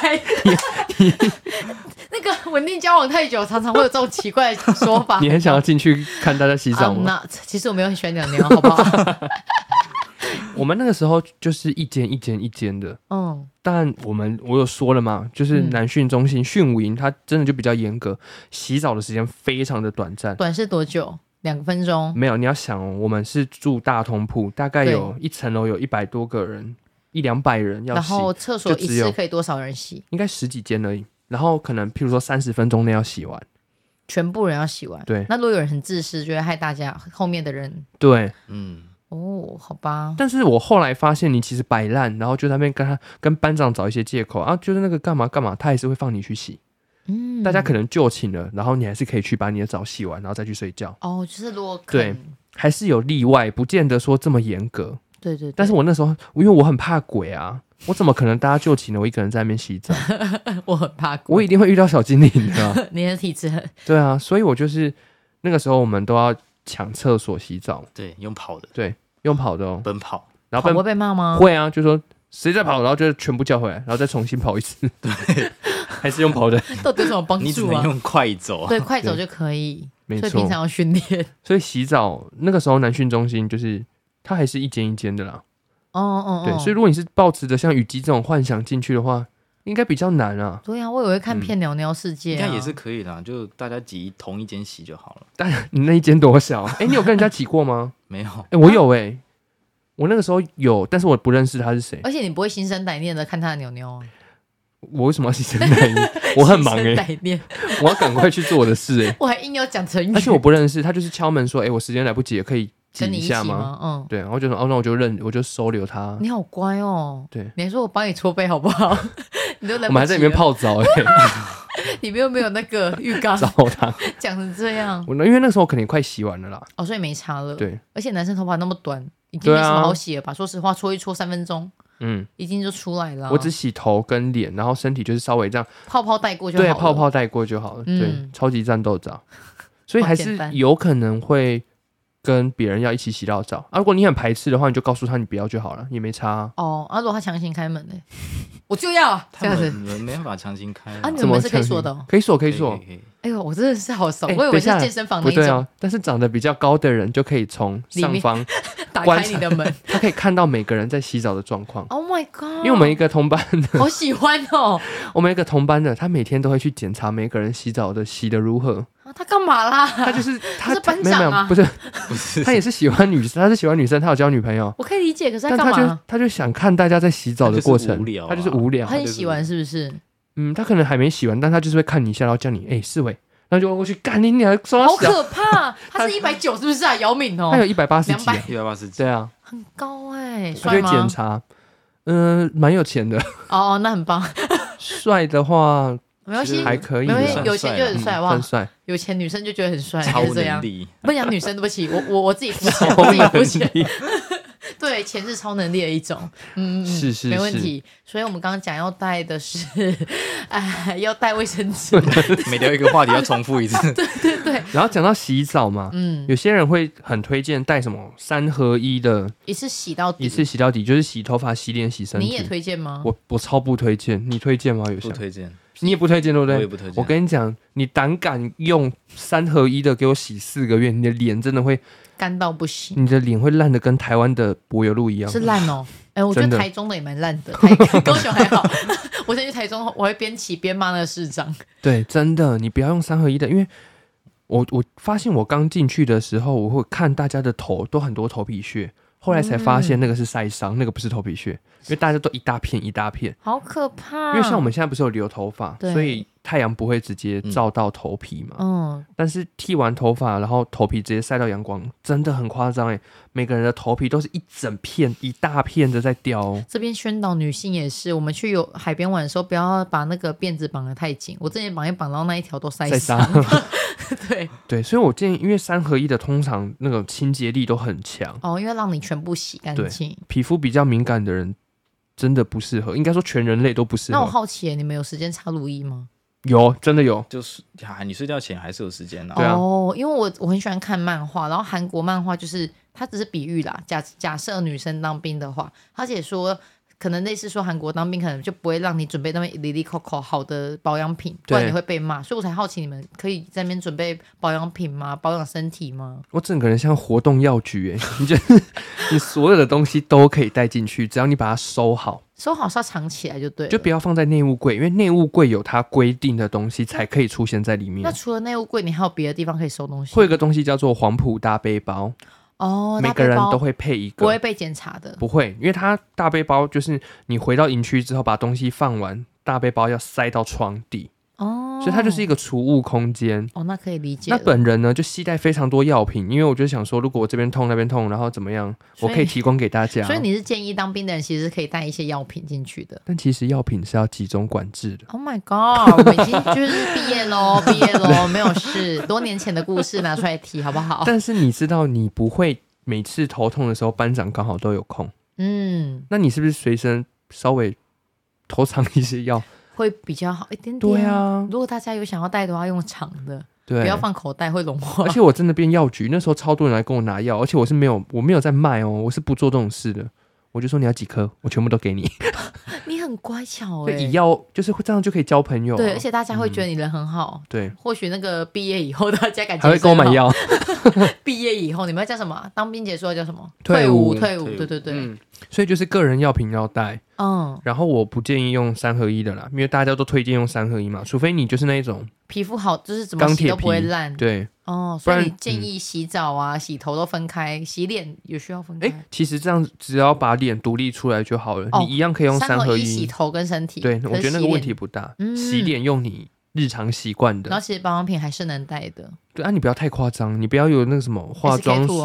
那个稳定交往太久，常常会有这种奇怪的说法。 你很想要进去看大家洗澡吗？ 那、um, 其实我没有很喜欢娘娘，好不好？ 我们那个时候就是一间一间一间的，嗯，但我们我有说了嘛，就是男训中心训务营，它真的就比较严格，洗澡的时间非常的短暂。 短是多久？两分钟？ 没有，你要想哦，我们是住大通铺，大概有一层楼有一百多个人，一两百人要洗， 然后厕所一次可以多少人洗？ 应该十几间而已。然后可能譬如说三十分钟内要洗完， 全部人要洗完。 对， 那如果有人很自私，就会害大家后面的人。 对， 嗯。 哦，好吧。 但是我后来发现，你其实摆烂，然后就在那边跟他跟班长找一些借口啊，就是那个干嘛干嘛，他还是会放你去洗。嗯，大家可能就寝了，然后你还是可以去把你的澡洗完，然后再去睡觉。 哦，就是如果对，还是有例外，不见得说这么严格。 对 对, 对。 但是我那时候，因为我很怕鬼啊，我怎么可能大家就寝了，我一个人在那边洗澡？ 我很怕鬼， 我一定会遇到小精灵的、啊。 你的体质很。 对啊，所以我就是那个时候我们都要抢厕所洗澡。 对，用跑的。 对。用跑的哦， 奔跑， 然后奔跑会被骂吗？ 会啊，就说谁在跑，然后就全部叫回来，然后再重新跑一次。对，还是用跑的。 到底有什么帮助啊？ 你只能用快走。 对，快走就可以。 没错， 所以平常要训练。 所以洗澡那个时候男训中心就是它还是一间一间的啦。 哦哦哦。 对，所以如果你是抱持着像雨姬这种幻想进去的话，应该比较难啊。 对啊，我以为看片鸟鸟世界、啊， 应该也是可以的，就大家挤同一间洗就好了。 但你那一间多小？哎、欸，你有跟人家挤过吗？ 没有。 哎、欸，我有哎、欸。我那个时候有，但是我不认识他是谁。 而且你不会心生歹念的看他的鸟鸟啊。 我为什么要心生歹念？我很忙哎、欸，我要赶快去做我的事哎、欸。 我还硬要讲成语， 而且我不认识他，就是敲门说：“哎、欸，我时间来不及了，可以挤一下吗？” 吗嗯， 对，然后就说：“哦，那我就认，我就收留他。” 你好乖哦。 对， 你还说我帮你搓背好不好？你都来不及了。 我们还在里面泡澡哎、欸。 你们又没有那个浴缸澡堂讲成这样。 我因为那时候肯定快洗完了啦。 哦，所以没差了。 对， 而且男生头发那么短，已经没什么好洗了吧？啊、说实话，搓一搓三分钟，嗯，已经就出来了、啊。 我只洗头跟脸，然后身体就是稍微这样泡泡带过就好了。 对，泡泡带过就好了。嗯、对，超级战斗澡，所以还是有可能会跟别人要一起洗到澡啊。如果你很排斥的话，你就告诉他你不要就好了，也没差、啊。 哦，啊，如果他强行开门呢？我就要啊，这样子。 你们没办法强行开 啊, 啊？你们是可以说的、哦， 可以说，可以说。 哎呦，我真的是好熟，欸、我以为是健身房那一种。 不对啊，但是长得比较高的人就可以从上方打开你的门， 他可以看到每个人在洗澡的状况。 Oh my god！ 因为我们一个同班的， 好喜欢哦。 我们一个同班的，他每天都会去检查每个人洗澡的洗的如何。 啊、他干嘛啦？ 他就是他是班长啊， 不是不是，他也是喜欢女生，他是喜欢女生，他有交女朋友。 我可以理解，可是他干嘛？ 他就他就想看大家在洗澡的过程，他就是无聊、啊，他就是无聊。 他很洗完是不是？ 嗯，他可能还没洗完，但他就是会看你一下，然后叫你哎四位。然后就过去干你，你还说好可怕！他是一百九是不是啊？姚敏哦， 他有一百八十几， 一百八十几， 对啊， 很高哎、欸， 他就检查，嗯、呃，蛮有钱的。 哦，那很棒。 帅的话， 没关系， 还可以， 没关系，有钱就很帅，好不好？ 很帅， 有钱女生就觉得很帅， 超是这样。不讲女生，对不起，我我我自己肤浅，我自己肤浅。对，钱是超能力的一种，嗯， 是是， 没问题。所以我们刚刚讲要带的是，哎，要带卫生纸。 每聊一个话题要重复一次。 对对对。 然后讲到洗澡嘛，嗯，有些人会很推荐带什么三合一的， 一次洗到底， 一次洗到底，就是洗头发、洗脸、洗身体。 你也推荐吗？ 我我超不推荐，你推荐吗？有不推荐。 你也不推荐对不对？ 我也不推荐。 我跟你讲，你胆敢用三合一的给我洗四个月，你的脸真的会干到不行， 你的脸会烂的跟台湾的柏油路一样。 是烂哦，哎、欸，我觉得台中的也蛮烂的，台高雄还好。我先去台中，我会边骑边骂那个市长。 对，真的，你不要用三合一的，因为我我发现我刚进去的时候，我会看大家的头都很多头皮屑。后来才发现那个是晒伤、嗯，那个不是头皮屑，因为大家都一大片一大片， 好可怕。 因为像我们现在不是有留头发，所以太阳不会直接照到头皮嘛。嗯。但是剃完头发，然后头皮直接晒到阳光，真的很夸张哎！每个人的头皮都是一整片、一大片的在掉、哦。 这边宣导女性也是，我们去有海边玩的时候，不要把那个辫子绑得太紧。我之前绑一绑到那一条都晒伤。对对，所以我建议，因为三合一的通常那个清洁力都很强哦，因为让你全部洗干净。 皮肤比较敏感的人真的不适合，应该说全人类都不适合。 那我好奇，你们有时间擦乳液吗？ 有，真的有， 就是你睡觉前还是有时间的、啊。 对啊， 哦，因为我我很喜欢看漫画，然后韩国漫画就是它只是比喻啦，假假设女生当兵的话，而且说。可能类似说韩国当兵可能就不会让你准备那么里里扣扣好的保养品，不然你会被骂，所以我才好奇你们可以在那边准备保养品吗？保养身体吗？ 我整个人像活动药局哎，你觉得你所有的东西都可以带进去，只要你把它收好， 收好是要藏起来就对了， 就不要放在内务柜，因为内务柜有它规定的东西才可以出现在里面。 那除了内务柜，你还有别的地方可以收东西？ 会有一个东西叫做黄埔大背包。 哦， 每个人都会配一个， 不会被检查的， 不会，因为它大背包就是你回到营区之后把东西放完，大背包要塞到床底，哦，所以它就是一个储物空间。 哦，那可以理解。 那本人呢就携带非常多药品，因为我就想说，如果我这边痛那边痛，然后怎么样，我可以提供给大家。 所以你是建议当兵的人其实可以带一些药品进去的， 但其实药品是要集中管制的。 Oh my god， 我们已经就是毕业咯毕业咯没有事，多年前的故事拿出来提好不好？ 但是你知道你不会每次头痛的时候班长刚好都有空，嗯，那你是不是随身稍微偷藏一些药会比较好一点点？ 对啊， 如果大家有想要带的话用长的， 对， 不要放口袋会融化。 而且我真的变药局，那时候超多人来跟我拿药，而且我是没有我没有在卖哦，我是不做这种事的。我就说你要几颗，我全部都给你。 你很乖巧哎、欸， 以药就是这样就可以交朋友、啊。 对，而且大家会觉得你人很好。嗯、对，或许那个毕业以后大家感觉还会跟我买药。 毕业以后你们要叫什么？当兵结束要叫什么？ 退伍， 退伍，对对对。嗯， 所以就是个人药品要带。嗯，然后我不建议用三合一的啦，因为大家都推荐用三合一嘛，除非你就是那一种皮肤好，就是怎么洗都不会烂。 对。 哦，所以你建议洗澡啊、嗯、洗头都分开，洗脸也需要分开。 哎，其实这样只要把脸独立出来就好了，哦、你一样可以用三合一洗头跟身体。 对，我觉得那个问题不大。嗯、洗脸用你日常习惯的。 然后其实保养品还是能带的。 对啊，你不要太夸张，你不要有那个什么化妆水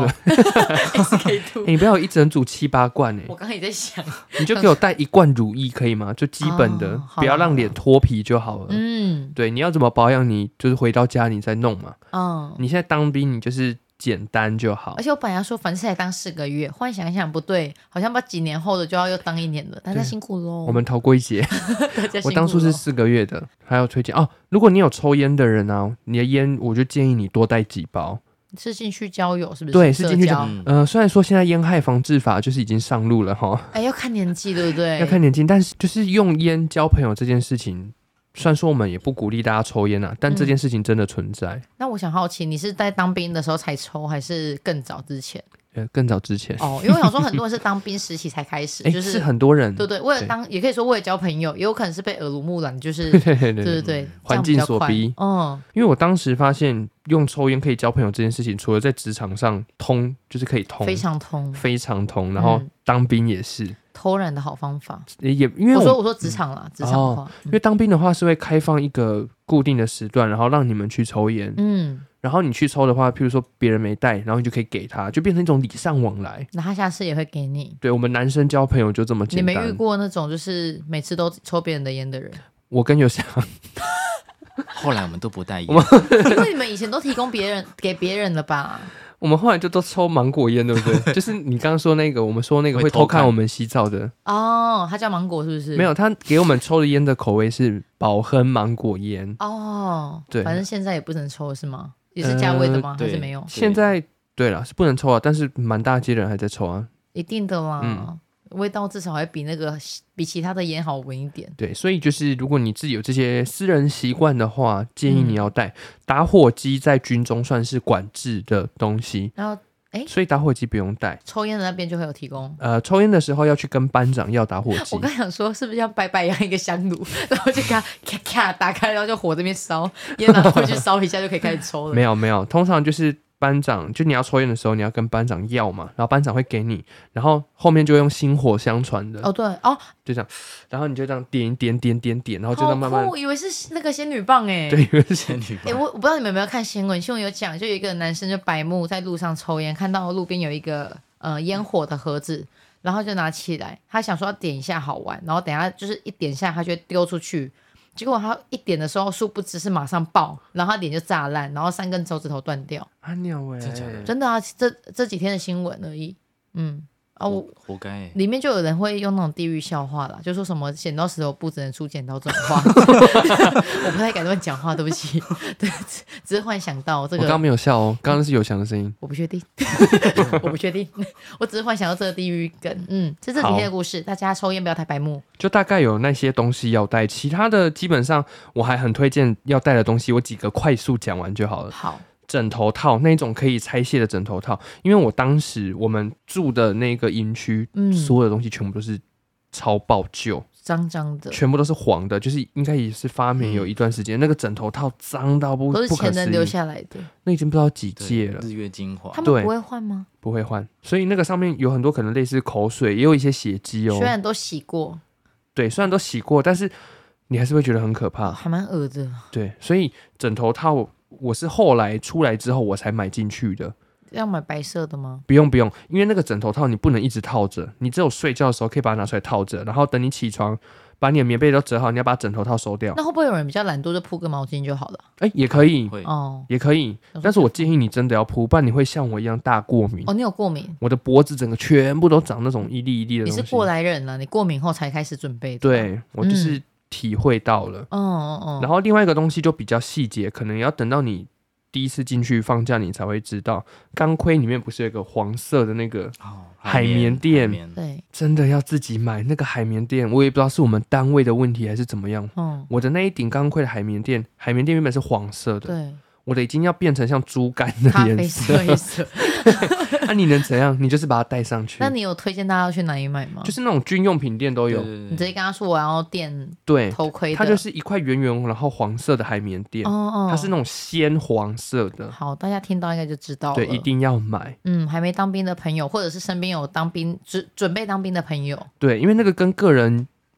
S K 二、 欸、你不要有一整组七八罐哎、欸。 我刚刚也在想， 你就给我带一罐乳液可以吗？就基本的，哦、不要让脸脱皮就好了。嗯，对，你要怎么保养，你就是回到家你再弄嘛。嗯，你现在当兵，你就是简单就好。 而且我本来要说，反正才当四个月，忽然想一想，不对，好像把几年后的就要又当一年了，大家辛苦喽。 我们逃过一劫。我当初是四个月的，还要推荐哦。如果你有抽烟的人啊，你的烟我就建议你多带几包。 是进去交友是不是？ 对，是进去交友。呃，虽然说现在烟害防治法就是已经上路了哈， 哎，要看年纪对不对？ 要看年纪，但是就是用烟交朋友这件事情。虽然说我们也不鼓励大家抽烟啊，但这件事情真的存在。嗯、 那我想好奇，你是在当兵的时候才抽，还是更早之前？ 呃，更早之前哦，因为我想说很多人是当兵时期才开始，就是是很多人， 对对，为了当也可以说为了交朋友，也有可能是被耳濡目染，就是对对对对， 环境所逼。嗯，因为我当时发现用抽烟可以交朋友这件事情，除了在职场上通，就是可以通， 非常通， 非常通，然后当兵也是。嗯， 偷懒的好方法， 也因为我, 我说我说职场啦，职、嗯、场的话、哦嗯，因为当兵的话是会开放一个固定的时段，然后让你们去抽烟，嗯，然后你去抽的话，譬如说别人没带，然后你就可以给他，就变成一种礼尚往来。 那他下次也会给你。 对，我们男生交朋友就这么简单。 你没遇过那种就是每次都抽别人的烟的人？ 我跟有翔。 后来我们都不带烟， 因为你们以前都提供别人给别人了吧？ 我们后来就都抽芒果烟，对不对？就是你刚刚说那个，我们说那个会偷看我们洗澡的哦，他叫芒果是不是？ 没有，他给我们抽的烟的口味是宝亨芒果烟哦。 对， 反正现在也不能抽是吗？也是价位的吗？呃、还是没有？ 现在对啦，是不能抽啊，但是满大街的人还在抽啊， 一定的啦。嗯，味道至少还比那个比其他的烟好闻一点。 对，所以就是如果你自己有这些私人习惯的话，建议你要带、嗯、打火机，在军中算是管制的东西。 然后，哎， 所以打火机不用带。 抽烟的那边就会有提供。 呃，抽烟的时候要去跟班长要打火机。 我刚想说，是不是像拜拜一样一个香炉，然后就给它咔咔打开，然后就火这边烧，烟拿回去烧一下就可以开始抽了。 没有没有，通常就是班长，就你要抽烟的时候，你要跟班长要嘛，然后班长会给你，然后后面就会用薪火相传的。 哦，对哦， 就这样，然后你就这样点点点点点，然后就这样慢慢。 我以为是那个仙女棒哎， 对，以为是仙女棒。 哎、欸，我我不知道你们有没有看新闻，新闻有讲，就有一个男生就白目在路上抽烟，看到路边有一个呃烟火的盒子，然后就拿起来，他想说要点一下好玩，然后等一下就是一点下他就会丢出去。结果他一点的时候，殊不知是马上爆，然后他脸就炸烂，然后三根手指头断掉。 啊鸟哎、 欸，真的啊，这这几天的新闻而已。嗯啊，我活该、欸。 里面就有人会用那种地狱笑话啦，就说什么剪刀石头布只能出剪刀这种话。我不太敢乱讲话，对不起。对，只是忽然想到这个。 我刚刚没有笑哦，刚刚是有翔的声音。 我不确定，我不确定，我只是忽然想到这个地狱梗。嗯，这是这几天的故事，大家抽烟不要太白目。 就大概有那些东西要带，其他的基本上我还很推荐要带的东西，我几个快速讲完就好了。 好。 枕头套那种可以拆卸的枕头套，因为我当时我们住的那个营区、嗯，所有的东西全部都是超爆旧， 脏脏的， 全部都是黄的，就是应该也是发霉有一段时间、嗯，那个枕头套脏到不都是前人留下来的， 那已经不知道几届了。 日月精华， 他们不会换吗？ 不会换，所以那个上面有很多可能类似口水，也有一些血迹哦。 虽然都洗过， 对，虽然都洗过，但是你还是会觉得很可怕， 还蛮恶的。 对，所以枕头套。我是后来出来之后我才买进去的。 要买白色的吗？ 不用不用，因为那个枕头套你不能一直套着，你只有睡觉的时候可以把它拿出来套着，然后等你起床把你的棉被都折好，你要把枕头套收掉。 那会不会有人比较懒惰就铺个毛巾就好了？ 哎、欸，也可以， 哦， 也可以，但是我建议你真的要铺，不然你会像我一样大过敏。 哦，你有过敏？ 我的脖子整个全部都长那种一粒一粒的东西。 你是过来人了，你过敏后才开始准备的。 对，我就是体会到了。 嗯嗯嗯。然后另外一个东西就比较细节，可能要等到你第一次进去放假你才会知道，钢盔里面不是有一个黄色的那个海绵垫、哦、 对， 真的要自己买那个海绵垫，我也不知道是我们单位的问题还是怎么样、嗯、我的那一顶钢盔的海绵垫海绵垫原本是黄色的， 对， 我的已经要变成像猪肝的颜色， 咖啡色那、啊、你能怎样？你就是把它带上去。 那你有推荐大家去哪里买吗？ 就是那种军用品店都有， 对对对，你直接跟他说我要垫对头盔的， 它就是一块圆圆然后黄色的海绵垫、哦哦、它是那种鲜黄色的。 好，大家听到应该就知道了， 对，一定要买。 嗯，还没当兵的朋友或者是身边有当兵准准备当兵的朋友， 对，因为那个跟个人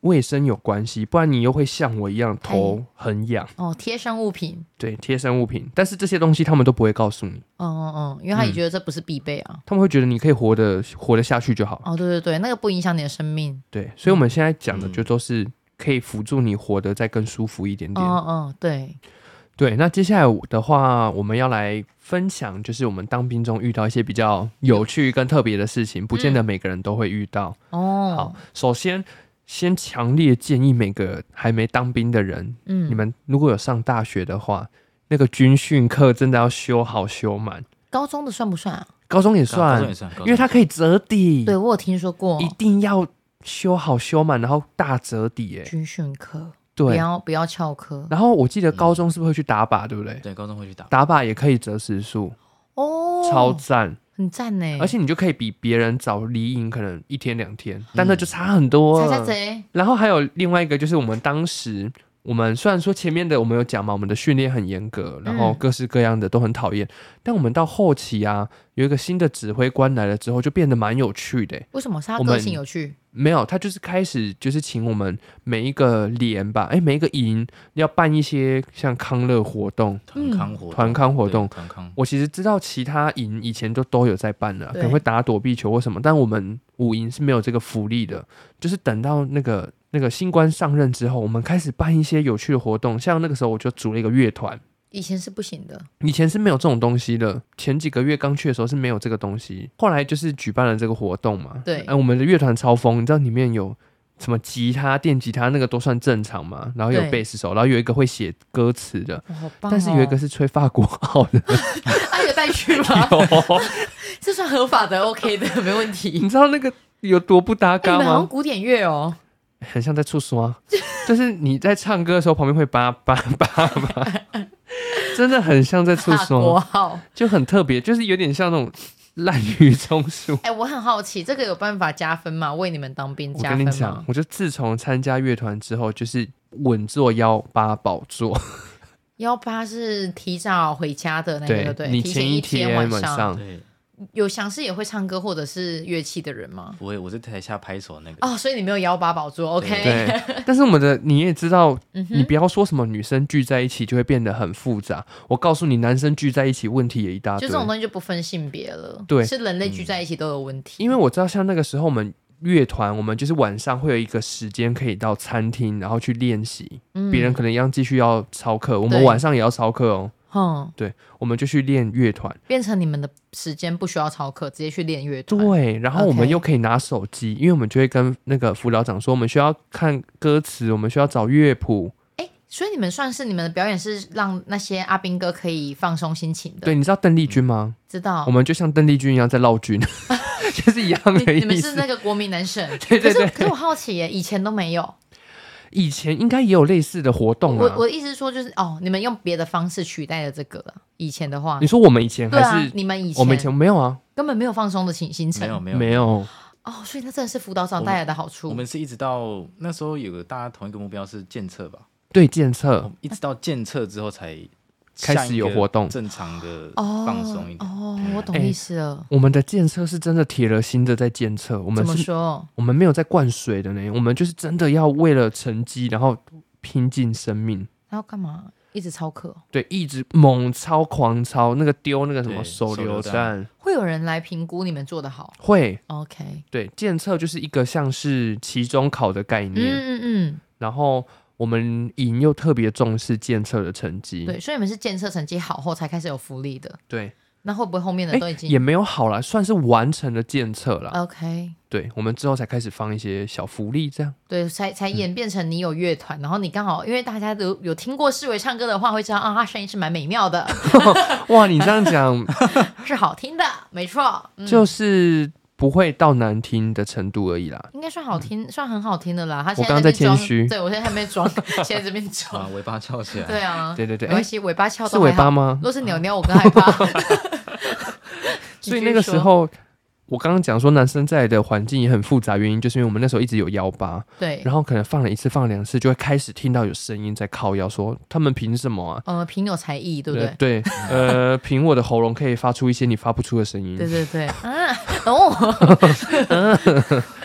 卫生有关系，不然你又会像我一样头很痒。 哦，贴身物品， 对，贴身物品，但是这些东西他们都不会告诉你。 嗯嗯嗯，因为他也觉得这不是必备啊、嗯， 他们会觉得你可以活得活得下去就好。 哦，对对对，那个不影响你的生命。 对，所以我们现在讲的就都是可以辅助你活得再更舒服一点点。 嗯嗯，对。 对，那接下来的话，我们要来分享，就是我们当兵中遇到一些比较有趣跟特别的事情，不见得每个人都会遇到。哦、嗯，好，首先先强烈建议每个还没当兵的人，嗯，你们如果有上大学的话，那个军训课真的要修好修满。 高中的算不算啊？ 高中也算， 也算， 因为它可以折抵。 对，我有听说过， 一定要修好修满，然后大折抵耶。 军训课。 对， 不要不要翘课。 然后我记得高中是不是会去打靶，嗯、对不对？ 对，高中会去打靶， 打靶也可以折时数哦，超赞， 很赞呢。 而且你就可以比别人早离营可能一天两天，嗯、但那就差很多了。 差差贼。 然后还有另外一个就是我们当时。我们虽然说前面的我们有讲嘛，我们的训练很严格，然后各式各样的都很讨厌、嗯，但我们到后期啊，有一个新的指挥官来了之后，就变得蛮有趣的。 为什么？是他个性有趣？ 没有，他就是开始就是请我们每一个连吧，哎，每一个营要办一些像康乐活动、 团康活动、 团康活动。 团康， 我其实知道其他营以前都都有在办的，可能会打躲避球或什么，但我们五营是没有这个福利的，就是等到那个。那个新官上任之后，我们开始办一些有趣的活动，像那个时候我就组了一个乐团。 以前是不行的， 以前是没有这种东西的。前几个月刚去的时候是没有这个东西，后来就是举办了这个活动嘛。 对， 哎，我们的乐团超疯，你知道里面有什么吉他、电吉他那个都算正常嘛，然后有贝斯手，然后有一个会写歌词的、 哦哦， 但是有一个是吹法国号的。 他、啊、有带去吗？这算合法的 ，OK 的，没问题。 你知道那个有多不搭嘎吗？ 欸、你们好像古典乐哦。 很像在触刷，就是你在唱歌的时候，旁边会叭叭叭叭，真的很像在触刷，就很特别，就是有点像那种滥竽充数。 哎、欸，我很好奇，这个有办法加分吗？为你们当兵加分吗？ 我跟你讲，我就自从参加乐团之后，就是稳坐幺八宝座。 幺八是提早回家的那个， 对, 对， 你前一天晚上。晚上对， 有详细也会唱歌或者是乐器的人吗？ 不会，我在台下拍手那个。 哦，所以你没有幺八宝座 ，OK？ 对。但是我们的你也知道，你不要说什么女生聚在一起就会变得很复杂。我告诉你，男生聚在一起问题也一大堆。 就这种东西就不分性别了， 对， 是人类聚在一起都有问题。 嗯、因为我知道，像那个时候我们乐团，我们就是晚上会有一个时间可以到餐厅，然后去练习。嗯。别人可能一样继续要操课，我们晚上也要操课哦。嗯，对，我们就去练乐团， 变成你们的时间不需要操课，直接去练乐团。 对，然后我们又可以拿手机， okay. 因为我们就会跟那个辅导长说，我们需要看歌词，我们需要找乐谱。 哎，所以你们算是你们的表演是让那些阿兵哥可以放松心情的。 对，你知道邓丽君吗？ 嗯、知道， 我们就像邓丽君一样在绕军，就是一样的意思。 你, 你们是那个国民男神， 对对对。 可是，可是我好奇耶，以前都没有。 以前应该也有类似的活动啊。 我我的意思是说，就是哦，你们用别的方式取代了这个了。以前的话， 你说我们以前还是、 啊、你们以前？ 我们以前没有啊， 根本没有放松的行行程， 没有没有没有。 哦，所以那真的是辅导长带来的好处。 我们, 我们是一直到那时候有个大家同一个目标是检测吧？ 对，检测， 一直到检测之后才开始有活动， 正常的放松一点。 哦，我懂意思了。 欸、我们的检测是真的铁了心的在检测，我们是怎么说？ 我们没有在灌水的呢，我们就是真的要为了成绩，然后拼尽生命。 然后干嘛？一直操课？ 对，一直猛操狂操，那个丢那个什么手榴弹。 会有人来评估你们做得好？ 会。 OK。 对，检测就是一个像是期中考的概念。 嗯嗯嗯。 然后我们营又特别重视检测的成绩。 对，所以你们是检测成绩好后才开始有福利的。 对。 那会不会后面的都已经、 欸、也没有好啦，算是完成了检测啦。 OK。 对，我们之后才开始放一些小福利，这样对，才才演变成你有乐团、嗯、然后你刚好因为大家都有听过世伟唱歌的话会知道啊，他声音是蛮美妙的。 哇，你这样讲是好听的，没错、 嗯、就是不会到难听的程度而已啦， 应该算好听、嗯、算很好听的啦。他现在我刚刚在谦虚， 对，我现在还没装现在这边装、 啊、尾巴翘起来。 对啊， 对对对， 没关系，尾巴翘是尾巴吗？ 如果是鸟鸟我更害怕。 所以那个时候我刚刚讲说男生在的环境也很复杂，原因就是因为我们那时候一直有幺八， 对， 然后可能放了一次放了两次就会开始听到有声音在靠腰说他们凭什么啊？ 呃，凭有才艺，对不对？ 呃对，呃，凭我的喉咙可以发出一些你发不出的声音。 对对对，啊，哦，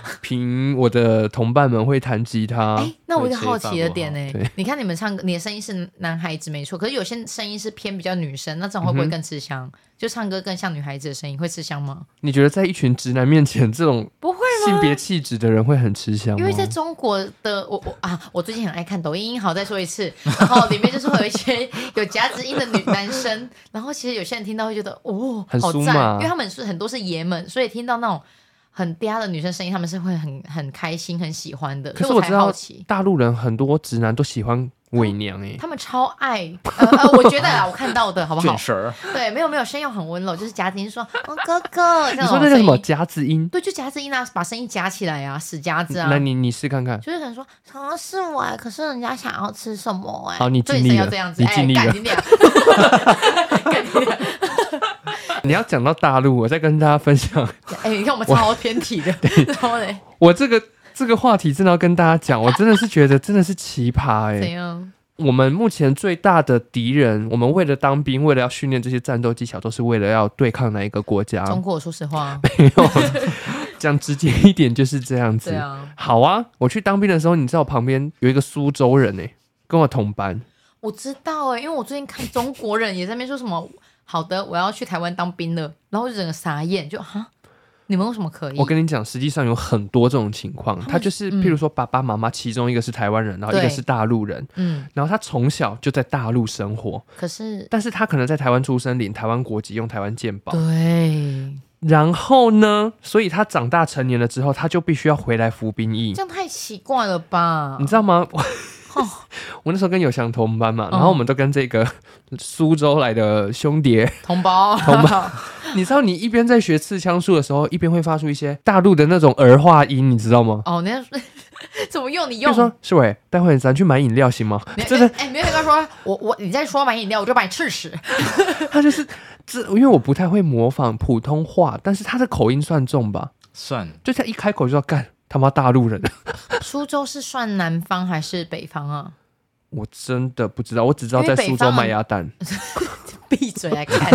凭我的同伴们会弹吉他。 哎，那我有个好奇的点呢，你看你们唱歌，你的声音是男孩子没错，可是有些声音是偏比较女生，那这种会不会更吃香？嗯、就唱歌更像女孩子的声音，会吃香吗？ 你觉得在一群直男面前，这种不会性别气质的人会很吃香吗？ 因为在中国的我我啊，我最近很爱看抖音，好再说一次，然后里面就是会有一些有夹子音的女男生，然后其实有些人听到会觉得哦， 很好赞，因为他们是很多是爷们，所以听到那种很嗲的女生声音，他们是会很很开心、很喜欢的。 可是我知道大陆人很多直男都喜欢伪娘哎、欸， 他们超爱。呃呃，我觉得啦，我看到的好不好？ 卷舌。 对，没有没有，声音很温柔，就是夹子音说哦哥哥， 你说那个什么夹子音？ 对，就夹子音啊，把声音夹起来啊，死夹子啊。 那你你试看看。 就是可能说常常是我、欸，可是人家想要吃什么哎、欸？ 好，你尽力了， 这样子你尽力了。 欸你要讲到大陆，我再跟大家分享。 哎、欸，你看我们超偏题的，然后嘞， 我这个这个话题真的要跟大家讲，我真的是觉得真的是奇葩哎、欸。 怎样？ 我们目前最大的敌人，我们为了当兵，为了要训练这些战斗技巧，都是为了要对抗哪一个国家？ 中国，说实话， 没有。讲直接一点就是这样子。 对啊。 好啊，我去当兵的时候，你知道我旁边有一个苏州人哎、欸，跟我同班。 我知道哎、欸，因为我最近看中国人也在那边说什么。好的，我要去台湾当兵了，然后就整个傻眼，就哈，你们为什么可以？ 我跟你讲，实际上有很多这种情况，他就是、嗯、譬如说爸爸妈妈其中一个是台湾人，然后一个是大陆人，嗯，然后他从小就在大陆生活， 可是， 但是他可能在台湾出生，领台湾国籍，用台湾健保， 对。 然后呢，所以他长大成年了之后，他就必须要回来服兵役， 这样太奇怪了吧？ 你知道吗？我那时候跟友翔同班嘛，然后我们都跟这个苏州来的兄弟同胞同胞，你知道你一边在学刺枪术的时候，一边会发出一些大陆的那种儿化音，你知道吗？ 哦，那怎么用？你用？ 就说世伟，待会咱去买饮料行吗？ 真的，哎，没有跟他说，我我你再说买饮料，我就把你刺死。 他就是这，因为我不太会模仿普通话，但是他的口音算重吧？ 算， 就他一开口就说干。他妈大陆人。 苏州是算南方还是北方啊？ 我真的不知道，我只知道在苏州卖鸭蛋。 闭嘴来看。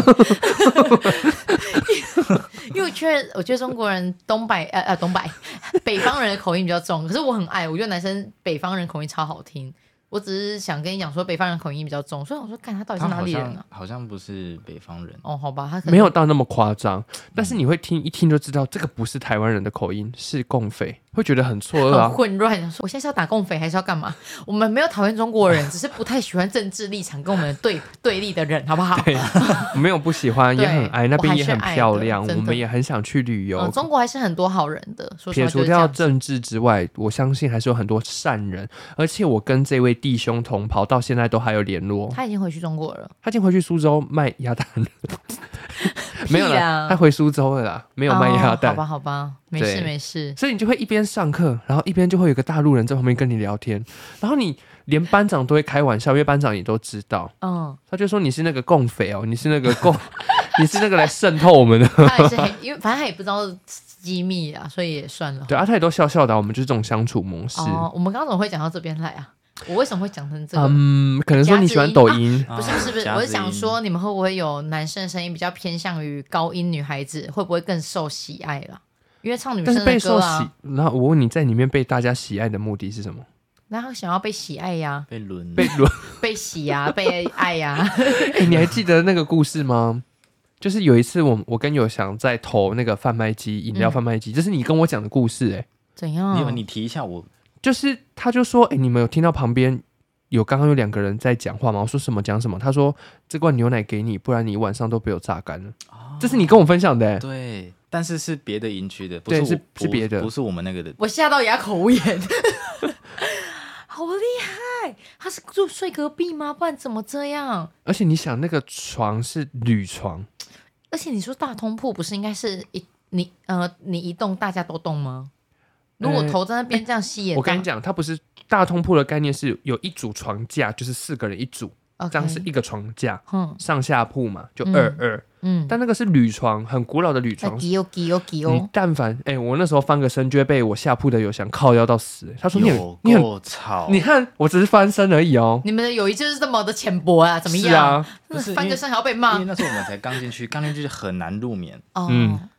因为我觉得，我觉得中国人东北呃呃东北北方人的口音比较重，可是我很爱，我觉得男生北方人口音超好听。我只是想跟你讲说，北方人口音比较重，所以我说，看他到底是哪里人啊？ 好像, 好像不是北方人哦，好吧，他可能没有到那么夸张，但是你会听一听就知道，这个不是台湾人的口音，是共匪，会觉得很错愕啊， 很混乱。我现在是要打共匪还是要干嘛？我们没有讨厌中国人，只是不太喜欢政治立场跟我们对对立的人，好不好？ 对，没有不喜欢，也很爱，那边也很漂亮，我们也很想去旅游。 嗯、中国还是很多好人的，说撇除掉政治之外，我相信还是有很多善人，而且我跟这位弟兄同袍。到现在都还有联络。 他已经回去中国了， 他已经回去苏州卖鸭蛋了。没有啦，他回苏州了啦，没有卖鸭蛋。 哦、好吧，好吧，没事没事。 所以你就会一边上课，然后一边就会有个大陆人在旁边跟你聊天，然后你连班长都会开玩笑，因为班长也都知道。嗯，他就说你是那个共匪哦，你是那个共，你是那个来渗透我们的。 他也是很，因为反正他也不知道机密啊，所以也算了。 对啊，他也都笑笑的，我们就是这种相处模式。 哦，我们刚刚怎么会讲到这边来啊？我为什么会讲成这个？ 嗯，可能说你喜欢抖音， 啊、不是不是不是，我是想说你们会不会有男生的声音比较偏向于高音女孩子，会不会更受喜爱啦？因为唱女生的歌啊。 但是被受喜，然后我问你在里面被大家喜爱的目的是什么？ 然后想要被喜爱呀， 被轮， 被轮， 被喜呀，被爱呀。 欸，你还记得那个故事吗？就是有一次我我跟友翔在投那个贩卖机，饮料贩卖机，嗯，这是你跟我讲的故事哎，欸。 怎样？ 你你提一下我。 就是他就说，哎，欸，你们有听到旁边有刚刚有两个人在讲话吗？我说什么讲什么？他说这罐牛奶给你，不然你晚上都被我榨干了。哦，这是你跟我分享的，欸。 对，但是是别的营区的，不是是是别的， 不是我们那个的。 我吓到哑口无言。好厉害！他是住睡隔壁吗？不然怎么这样？ 而且你想，那个床是铝床， 而且你说大通铺不是应该是一你呃你一动大家都动吗？如果头在那边这样吸眼， 欸，我跟你讲，它不是大通铺的概念，是有一组床架，就是四个人一组， okay， 这样是一个床架，嗯，上下铺嘛，就二二。嗯，但那个是铝床，很古老的铝床。 你但凡哎，欸，我那时候翻个身就会被我下铺的友翔靠腰到死，欸。他说你很你很吵， 你看我只是翻身而已哦。 你们的友谊就是这么的浅薄啊？怎么样？ 是啊， 不是翻个身还要被骂？ 因为那时候我们才刚进去，刚进去很难入眠。 哦，嗯，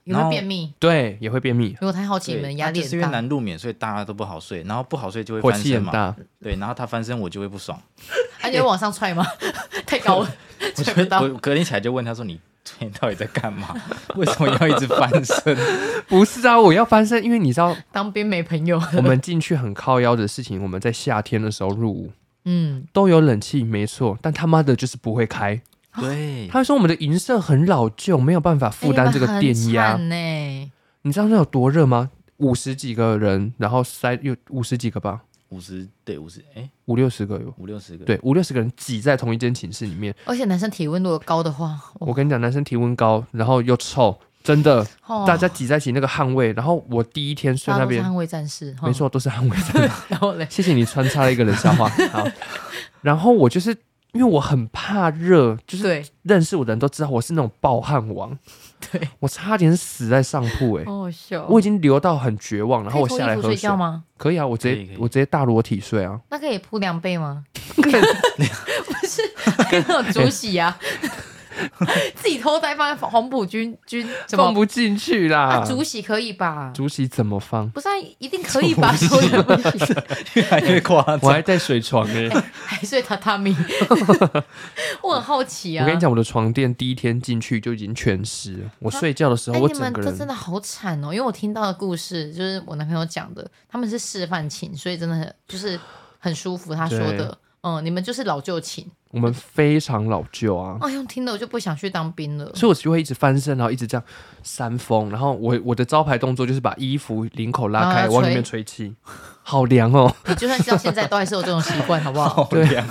也会便秘， 对，也会便秘。 如果太好奇，你们压力很大， 就是因为难入眠，所以大家都不好睡，然后不好睡就会翻身嘛， 火气很大。 对，然后他翻身我就会不爽， 而且往上踹吗？太高了， 我就我隔天起来就问他说：“你昨天到底在干嘛？为什么要一直翻身？” 不是啊，我要翻身，因为你知道当兵没朋友。 我们进去很靠腰的事情，我们在夏天的时候入伍， 嗯， 都有冷气，没错，但他妈的就是不会开。 对， 他说我们的营舍很老旧，没有办法负担这个电压。 欸、 你知道那有多热吗？五十几个人，然后塞有五十几个吧， 五十对五十，哎， 五六十个有， 五六十个， 对，五六十个人挤在同一间寝室里面。 而且男生体温如果高的话， 我跟你讲，男生体温高，然后又臭，真的，哦、大家挤在一起那个汗味。然后我第一天睡那边， 汗味战士， 没错，都是汗味战士。 然后嘞， 谢谢你穿插了一个冷笑话。好，然后我就是。因为我很怕热，就是认识我的人都知道我是那种暴汗王。 对， 我差点死在上铺哎、欸， 好好笑。 我已经流到很绝望，然后我下来喝水。 睡觉吗？ 可以啊，我直接我直接大裸体睡啊。 那可以铺凉被吗？不是，那种竹席啊。自己偷带放在黄埔军军放不进去啦。 啊，竹席可以吧？ 竹席怎么放？ 不是、啊，一定可以吧？说的不行， 越来越夸张。 我还带水床哎、欸， 还睡榻榻米。我很好奇啊。 我跟你讲，我的床垫第一天进去就已经全湿了。我睡觉的时候， 啊、 我整个人、 欸、你们这真的好惨哦！因为我听到的故事就是我男朋友讲的，他们是示范寝，所以真的很就是很舒服。他说的，嗯，你们就是老旧寝。 我们非常老旧啊！ 哎呦，听了我就不想去当兵了。 所以我就会一直翻身，然后一直这样扇风，然后我我的招牌动作就是把衣服领口拉开，往里面吹气，好凉哦！ 你就算到现在都还是有这种习惯，好不好？ 好凉。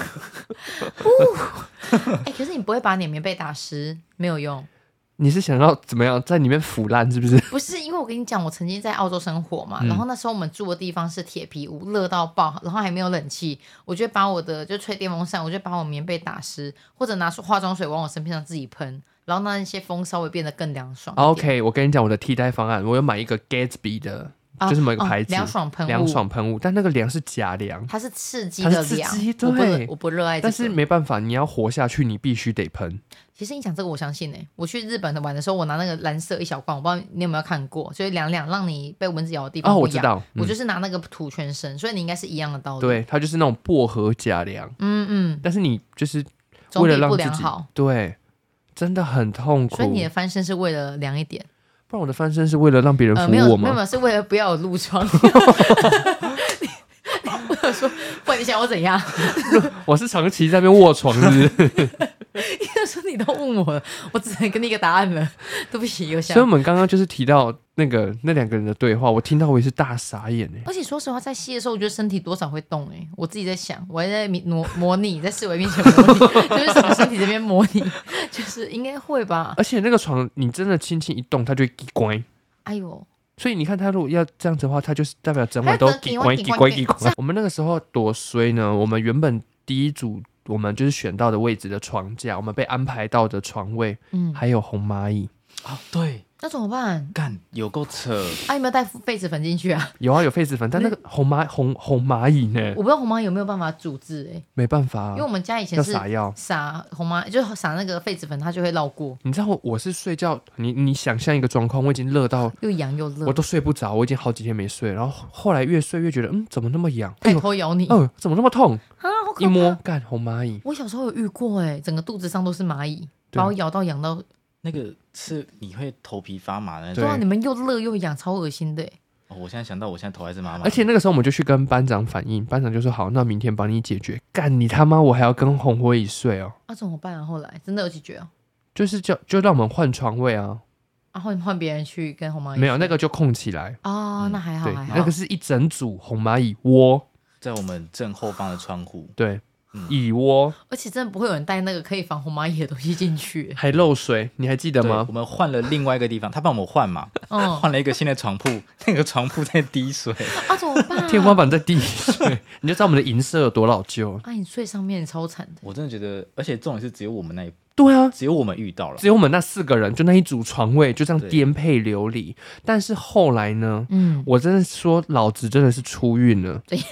哎、欸，可是你不会把你的棉被打湿，没有用。 你是想要怎么样在里面腐烂是不是？ 不是，因为我跟你讲，我曾经在澳洲生活嘛，嗯、然后那时候我们住的地方是铁皮屋，热到爆，然后还没有冷气，我就把我的就吹电风扇，我就把我棉被打湿，或者拿出化妆水往我身边上自己喷，然后那些风稍微变得更凉爽。 OK， 我跟你讲我的替代方案，我有买一个 Gatsby 的。就是某一个牌子， 凉、哦、爽喷雾， 凉爽喷雾，但那个凉是假凉， 它是刺激的凉， 刺激， 对，我不我不热爱、這個， 但是没办法，你要活下去，你必须得喷。 其实你讲这个，我相信呢、欸。我去日本玩的时候，我拿那个蓝色一小罐，我不知道你有没有看过，就是凉凉，让你被蚊子咬的地方不痒。 哦，我知道， 嗯、我就是拿那个涂全身，所以你应该是一样的道理。 对，它就是那种薄荷假凉， 嗯嗯。 但是你就是为了让自己总比不良好， 对，真的很痛苦。 所以你的翻身是为了凉一点。 不然我的翻身是为了让别人服务我吗？ 呃、没有没有，是为了不要有褥疮。我有说，不然你想我怎样？ 我是长期在那边卧床，是不是？ 你就说你都问我了，我只能跟你一个答案了。对不起，有想。 所以我们刚刚就是提到那个那两个人的对话，我听到我也是大傻眼哎。 而且说实话，在吸的时候，我觉得身体多少会动哎。我自己在想，我还在模模拟，在视为面前模拟，就是什么身体这边模拟，就是应该会吧。 而且那个床，你真的轻轻一动，它就会乖。 哎呦。 所以你看，他如果要这样子的话，他就是代表整晚都叽乖叽乖叽乖。我们那个时候多衰呢？我们原本第一组我们就是选到的位置的床架，我们被安排到的床位，嗯，还有红蚂蚁啊，对， 那怎么办？ 干有够扯！ 啊，有没有带痱子粉进去啊？ 有啊，有痱子粉，但那个红蚂红红蚂蚁呢？ 我不知道红蚂蚁有没有办法煮制哎、欸， 没办法、啊， 因为我们家以前是撒药撒红蚂蚁，就撒那个痱子粉，它就会绕过。 你知道我是睡觉，你你想象一个状况，我已经热到又痒又热， 我都睡不着，我已经好几天没睡，然后后来越睡越觉得，嗯，怎么那么痒？ 抬头咬你， 嗯、呃，怎么那么痛啊？好可怕！ 一摸，干红蚂蚁。 我小时候有遇过哎、欸，整个肚子上都是蚂蚁，把我咬到痒到。 那个是你会头皮发麻的那种，对啊，你们又热又痒，超恶心的、欸哦。我现在想到，我现在头还是麻麻。 而且那个时候我们就去跟班长反映，班长就说好，那明天帮你解决。干你他妈，我还要跟红火蚁睡哦。 那、啊、怎么办啊？后来真的有解决哦。 就是叫就让我们换床位啊。 啊，换换别人去跟红蚂蚁睡。 没有，那个就空起来。 哦，那还好对还好。 那个是一整组红蚂蚁窝， 在我们正后方的窗户。 对。嗯、蚁窝， 而且真的不会有人带那个可以防红蚂蚁的东西进去， 还漏水，你还记得吗？ 我们换了另外一个地方，他帮我们换嘛，嗯，换了一个新的床铺，那个床铺在滴水啊，怎么办？ 天花板在滴水，你就知道我们的营舍有多老旧。 啊，你睡上面超惨的， 我真的觉得，而且重点是只有我们那一， 对啊， 只有我们遇到了， 只有我们那四个人，就那一组床位就这样颠沛流离。但是后来呢，嗯，我真的说老子真的是出运了， 怎样？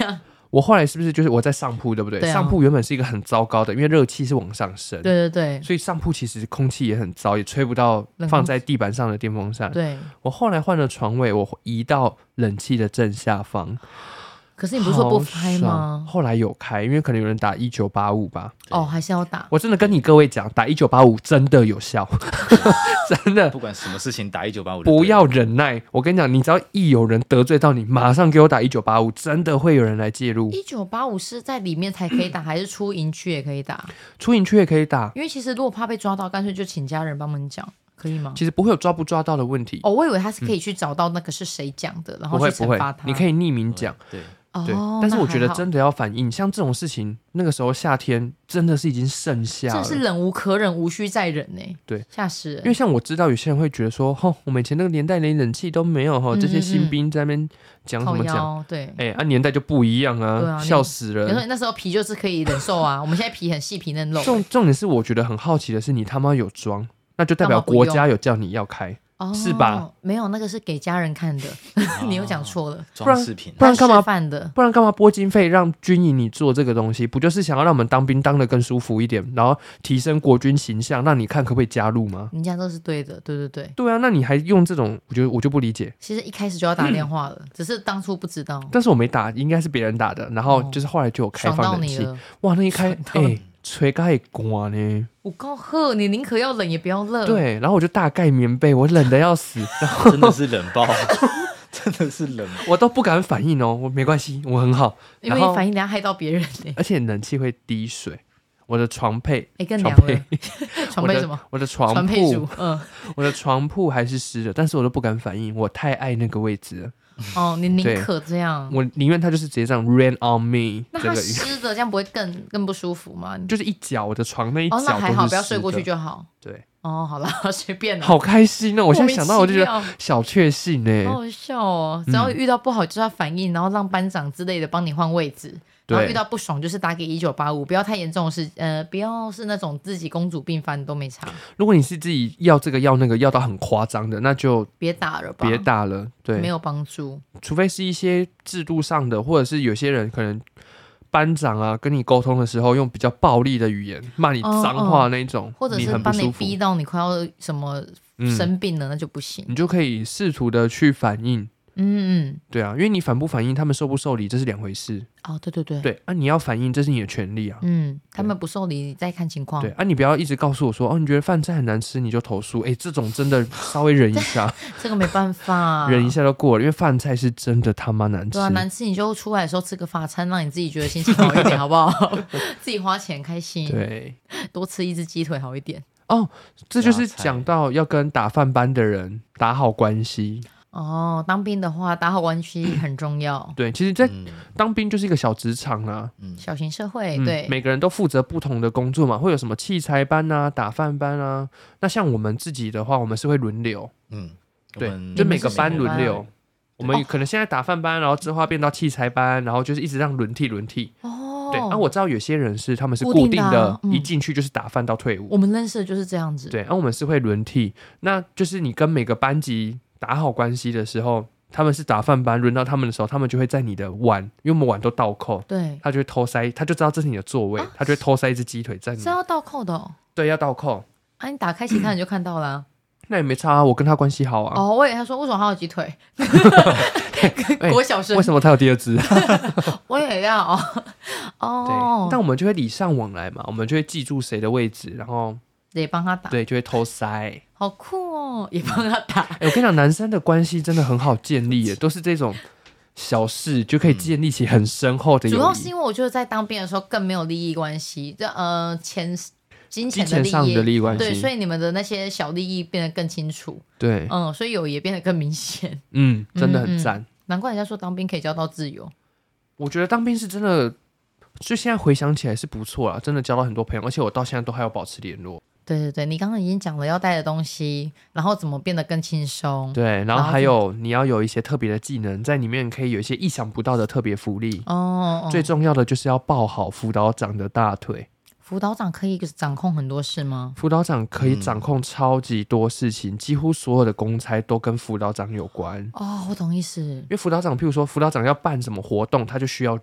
我后来是不是就是我在上铺，对不对？ 对啊、 上铺原本是一个很糟糕的，因为热气是往上升。 对对对。 所以上铺其实空气也很糟，也吹不到放在地板上的电风扇。 对。 我后来换了床位，我移到冷气的正下方。 可是你不是说不开吗？ 后来有开，因为可能有人打一九八五吧。 哦，还是要打。 我真的跟你各位讲，打一九八五真的有效，真的。 不管什么事情打一九八五， 不要忍耐。我跟你讲，你只要一有人得罪到你，马上给我打一九八五，真的会有人来介入。 一九八五是在里面才可以打，还是出营区也可以打？ 出营区也可以打。 因为其实如果怕被抓到，干脆就请家人帮忙讲。可以吗？ 其实不会有抓不抓到的问题。 哦，我以为他是可以去找到那个是谁讲的，嗯、然后去惩罚他。 你可以匿名讲。 对。 对，哦、但是我觉得真的要反应，像这种事情，那个时候夏天真的是已经盛夏了， 真是忍无可忍，无需再忍呢、欸。 对， 吓死人。 因为像我知道有些人会觉得说，吼，我们以前那个年代连冷气都没有，吼、嗯，这些新兵在那边讲什么讲， 对， 哎、欸，啊年代就不一样啊，笑、啊、死人。 有时候那时候皮就是可以忍受啊，我们现在皮很细皮嫩肉、欸。 重重点是，我觉得很好奇的是，你他妈有装，那就代表国家有叫你要开。哦、是吧？ 没有，那个是给家人看的，哦、你又讲错了。 装饰品， 不然干嘛办的？ 不然干嘛拨经费让军营你做这个东西？不就是想要让我们当兵当得更舒服一点，然后提升国军形象，让你看可不可以加入吗？ 你讲都是对的，对对对。 对啊，那你还用这种，我觉得我就不理解。 其实一开始就要打电话了，嗯、只是当初不知道。 但是我没打，应该是别人打的，然后就是后来就有开放冷气。哇，那一开，哎。吹该刮呢， 我告诉你，宁可要冷也不要热。 对，然后我就大盖棉被，我冷得要死，然后真的是冷爆，真的是冷， 我都不敢反应哦。我没关系，我很好， 因为你反应等下害到别人、欸、 而且冷气会滴水。我的床配， 哎、欸，更凉了。床配什么？ 我的床铺，嗯，我的床铺还是湿的，但是我都不敢反应，我太爱那个位置了。 哦，你宁可这样， 我宁愿它就是直接这样 rain on me。 那它湿的，这样不会更更不舒服吗？ 就是一角，我的床那一角都是湿的。 哦，那还好，不要睡过去就好。 对。 哦，好啦，随便啦。 好开心哦！我现在想到我就觉得小确幸哎， 好好笑哦！只要遇到不好就要反应，然后让班长之类的帮你换位置。然后遇到不爽就是打给一九八五，不要太严重的事，呃，不要是那种自己公主病犯都没差。 如果你是自己要这个要那个要到很夸张的，那就别打了吧， 别打了，对， 没有帮助。 除非是一些制度上的，或者是有些人可能班长啊跟你沟通的时候用比较暴力的语言骂你脏话那种， 哦哦或者是把你逼到你快要什么生病了，嗯、那就不行。 你就可以试图的去反应。 嗯嗯， 对啊，因为你反不反应，他们受不受理，这是两回事。 哦，对对对， 对啊，你要反应，这是你的权利啊。 嗯，他们不受理，你再看情况。 对啊，你不要一直告诉我说，哦，你觉得饭菜很难吃，你就投诉。哎，这种真的稍微忍一下， 这个没办法， 忍一下就过了，因为饭菜是真的他妈难吃。 对啊，难吃你就出来的时候吃个法餐，让你自己觉得心情好一点，好不好？自己花钱开心， 对， 多吃一只鸡腿好一点。 哦，这就是讲到要跟打饭班的人打好关系。 哦，当兵的话，打好关系很重要。 对，其实，在当兵就是一个小职场啊， 嗯、小型社会。对、 嗯，每个人都负责不同的工作嘛，会有什么器材班啊、打饭班啊。那像我们自己的话，我们是会轮流，嗯，对，就每个班轮流。我们可能现在打饭班，然后之后变到器材班，然后就是一直这样轮替轮替。哦，对。啊，我知道有些人是他们是固定的，定的啊嗯、一进去就是打饭到退伍。 我们认识的就是这样子。 对，然、啊、我们是会轮替，那就是你跟每个班级打好关系的时候，他们是打饭班，轮到他们的时候，他们就会在你的碗，因为我们碗都倒扣， 对， 他就会偷塞，他就知道这是你的座位，啊、他就会偷塞一只鸡腿在你。 是要倒扣的、哦？ 对，要倒扣。 啊，你打开其他人就看到了、啊。 那也没差啊，我跟他关系好啊。 哦，我以为他说为什么还有鸡腿？国小生、 欸、为什么他有第二只？ 我也要哦。 哦，但我们就会礼尚往来嘛，我们就会记住谁的位置，然后也帮他打， 对，就会偷塞。 好酷哦，也帮他打。 欸、我跟你讲，男生的关系真的很好建立耶，都是这种小事就可以建立起很深厚的友谊。 主要是因为我觉得在当兵的时候更没有利益关系，就呃钱。金钱的利益， 金钱上的利益关系， 对，所以你们的那些小利益变得更清楚， 对， 嗯，所以友谊也变得更明显， 嗯，真的很赞、嗯嗯。 难怪人家说当兵可以交到挚友， 我觉得当兵是真的，就现在回想起来是不错啦，真的交到很多朋友，而且我到现在都还有保持联络。 对对对，你刚刚已经讲了要带的东西，然后怎么变得更轻松， 对，然后还有你要有一些特别的技能，在里面可以有一些意想不到的特别福利哦。最重要的就是要抱好辅导长的大腿。 辅导长可以掌控很多事吗？ 辅导长可以掌控超级多事情，嗯、几乎所有的公差都跟辅导长有关。 哦，我懂意思。 因为辅导长，譬如说辅导长要办什么活动，他就需要人。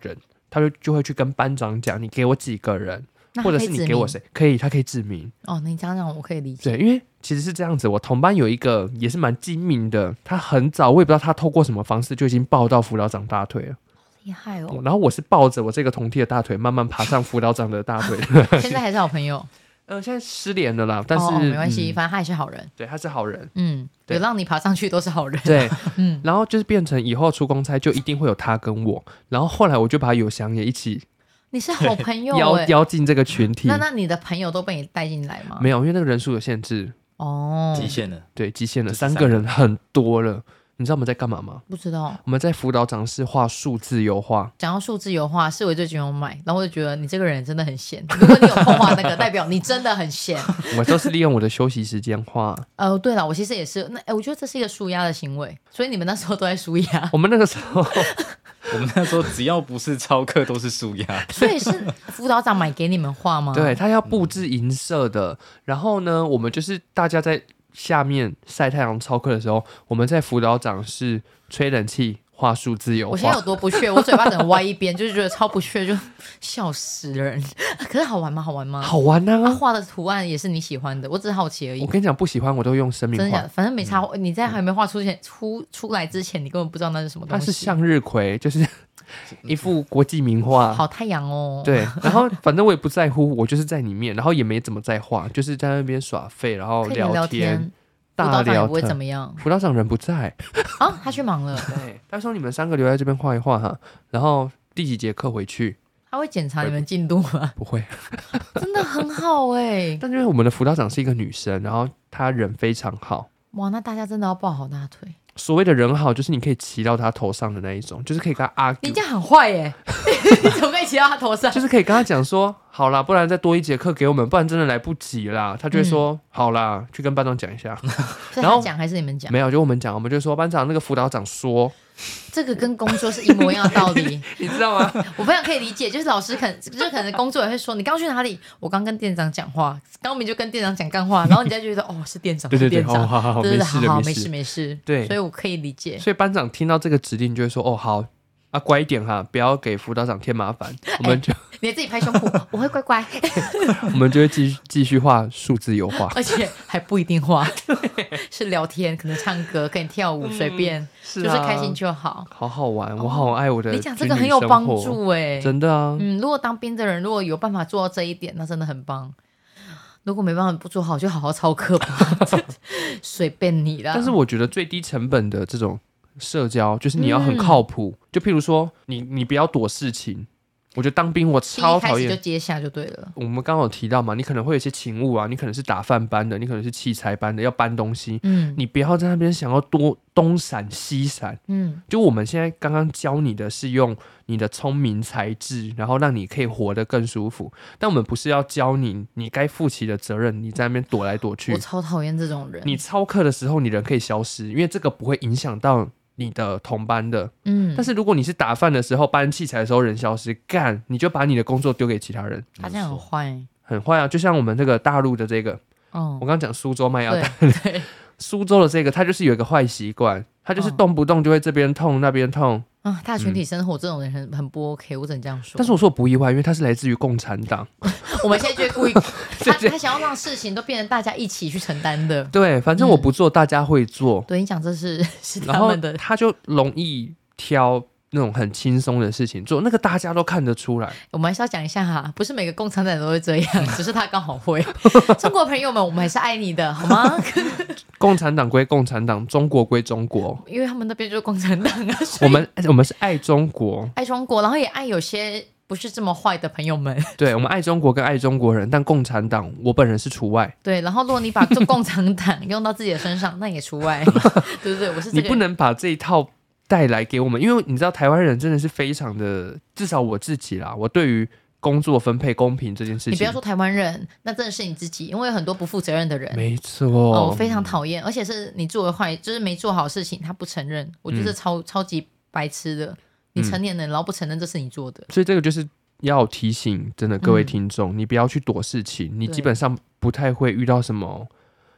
他就就会去跟班长讲，你给我几个人，或者是你给我谁，可以，他可以指名。 哦，你这样讲我可以理解。 对，因为其实是这样子，我同班有一个也是蛮精明的，他很早，我也不知道他透过什么方式就已经抱到辅导长大腿了。 厉害哦！ 然后我是抱着我这个同梯的大腿，慢慢爬上辅导长的大腿。 现在还是好朋友。 呃，现在失联了啦，但是、 哦、没关系、 嗯， 反正他也是好人。 对，他是好人。 嗯，有让你爬上去都是好人。 对， 嗯， 然后就是变成以后出公差就一定会有他跟我，然后后来我就把友翔也一起。 你是好朋友、欸， 邀邀进这个群体。 那那你的朋友都被你带进来吗？ 没有，因为那个人数有限制。 哦， 极限了。 对，极限了，三个人很多了。你知道我们在干嘛吗？ 不知道。 我们在辅导长室画数字油画。 讲到数字油画，是我最喜欢买，然后我就觉得你这个人真的很闲。如果你有空画那个，代表你真的很闲。 我都是利用我的休息时间画。 呃，对了，我其实也是。那哎，我觉得这是一个舒压的行为，所以你们那时候都在舒压。 我们那个时候， 我们那时候只要不是操课都是舒压。 所以是辅导长买给你们画吗？ 对，他要布置银色的。然后呢，我们就是大家在下面晒太阳操课的时候，我们在辅导长室吹冷气画数字油画。 我现在有多不屑，我嘴巴整个歪一边，就是觉得超不屑，就笑死人。可是好玩吗？好玩吗？ 好玩啊！ 他画的图案也是你喜欢的，我只是好奇而已。 我跟你讲，不喜欢我都用生命画。 真的假的？反正没差。嗯、你在还没画出前出出来之前，你根本不知道那是什么东西。 它是向日葵，就是一幅国际名画。 好太阳哦。 对，然后反正我也不在乎，我就是在里面，然后也没怎么在画，就是在那边耍废，然后聊天。 聊天大聊天， 不会怎么样。 辅导长人不在啊，他去忙了。 对，他说你们三个留在这边画一画哈，然后第几节课回去。 他会检查你们进度吗？ 不会。 真的很好哎、欸。 但因为我们的辅导长是一个女生，然后她人非常好。 哇，那大家真的要抱好大腿。 所谓的人好，就是你可以骑到他头上的那一种，就是可以跟他 argue。 你这样很坏耶！你怎么可以骑到他头上？ 就是可以跟他讲说，好啦，不然再多一节课给我们，不然真的来不及啦。他就会说，嗯、好啦，去跟班长讲一下。 是他讲还是你们讲？ 没有，就我们讲，我们就说班长那个辅导长说。 这个跟工作是一模一样的道理， 你知道吗？ 我非常可以理解，就是老师可能就可能工作也会说，你刚去哪里？我刚跟店长讲话，刚明就跟店长讲干话，然后你就觉得哦是店长， 对对对， 是店长， 哦、好好好， 对对对， 好好没事没事， 对， 所以我可以理解。 所以班长听到这个指令就会说，哦好啊，乖一点哈，不要给辅导长添麻烦，我们就、欸、 你自己拍胸脯，我会乖乖， 我们就会继续继续画数字油画， 而且还不一定画，是聊天，可能唱歌，可以跳舞，随、嗯、便。是、啊，就是开心就好， 好好玩，我好爱我的、哦。 你讲这个很有帮助哎、欸， 真的啊。 嗯，如果当兵的人如果有办法做到这一点，那真的很棒。如果没办法不做好，就好好操课吧，随便你啦。 但是我觉得最低成本的这种社交，就是你要很靠谱。嗯、就譬如说，你你不要躲事情。我觉得当兵我超讨厌， 就接下就对了。 我们刚刚有提到嘛，你可能会有一些勤务啊，你可能是打饭班的，你可能是器材班的，要搬东西，嗯，你不要在那边想要多东闪西闪，嗯，就我们现在刚刚教你的是用你的聪明才智，然后让你可以活得更舒服，但我们不是要教你你该负起的责任，你在那边躲来躲去。 我超讨厌这种人。 你操课的时候，你人可以消失，因为这个不会影响到你的同班的，嗯，但是如果你是打饭的时候搬器材的时候人消失，干你就把你的工作丢给其他人， 他这样很坏， 很坏啊！就像我们这个大陆的这个，哦，我刚刚讲苏州卖鸭蛋，对，苏州的这个他就是有一个坏习惯，他就是动不动就会这边痛那边痛啊。大群体生活这种人很很不 OK， 我只能这样说。 但是我说我不意外，因为他是来自于共产党。 我们现在就会故意他他想要让事情都变成大家一起去承担的。 对，反正我不做，嗯、大家会做。 对你讲，这是是他们的， 他就容易挑那种很轻松的事情做，那个大家都看得出来。 我们还是要讲一下哈，不是每个共产党都会这样，只是他刚好会。中国朋友们，我们还是爱你的，好吗？ 共产党归共产党，中国归中国， 因为他们那边就是共产党啊。 我们我们是爱中国， 爱中国，然后也爱有些不是这么坏的朋友们。 对，我们爱中国跟爱中国人，但共产党我本人是除外。 对，然后如果你把这共产党用到自己的身上，那也除外。对不对？我是、这个、 你不能把这一套带来给我们，因为你知道台湾人真的是非常的，至少我自己啦，我对于工作分配公平这件事情， 你不要说台湾人，那真的是你自己，因为有很多不负责任的人。 没错、 哦，我非常讨厌，而且是你做的坏，就是没做好事情，他不承认，我觉得超、嗯、超级白痴的。你成年人，然后不承认这是你做的， 所以这个就是要提醒真的各位听众、嗯，你不要去躲事情，你基本上不太会遇到什么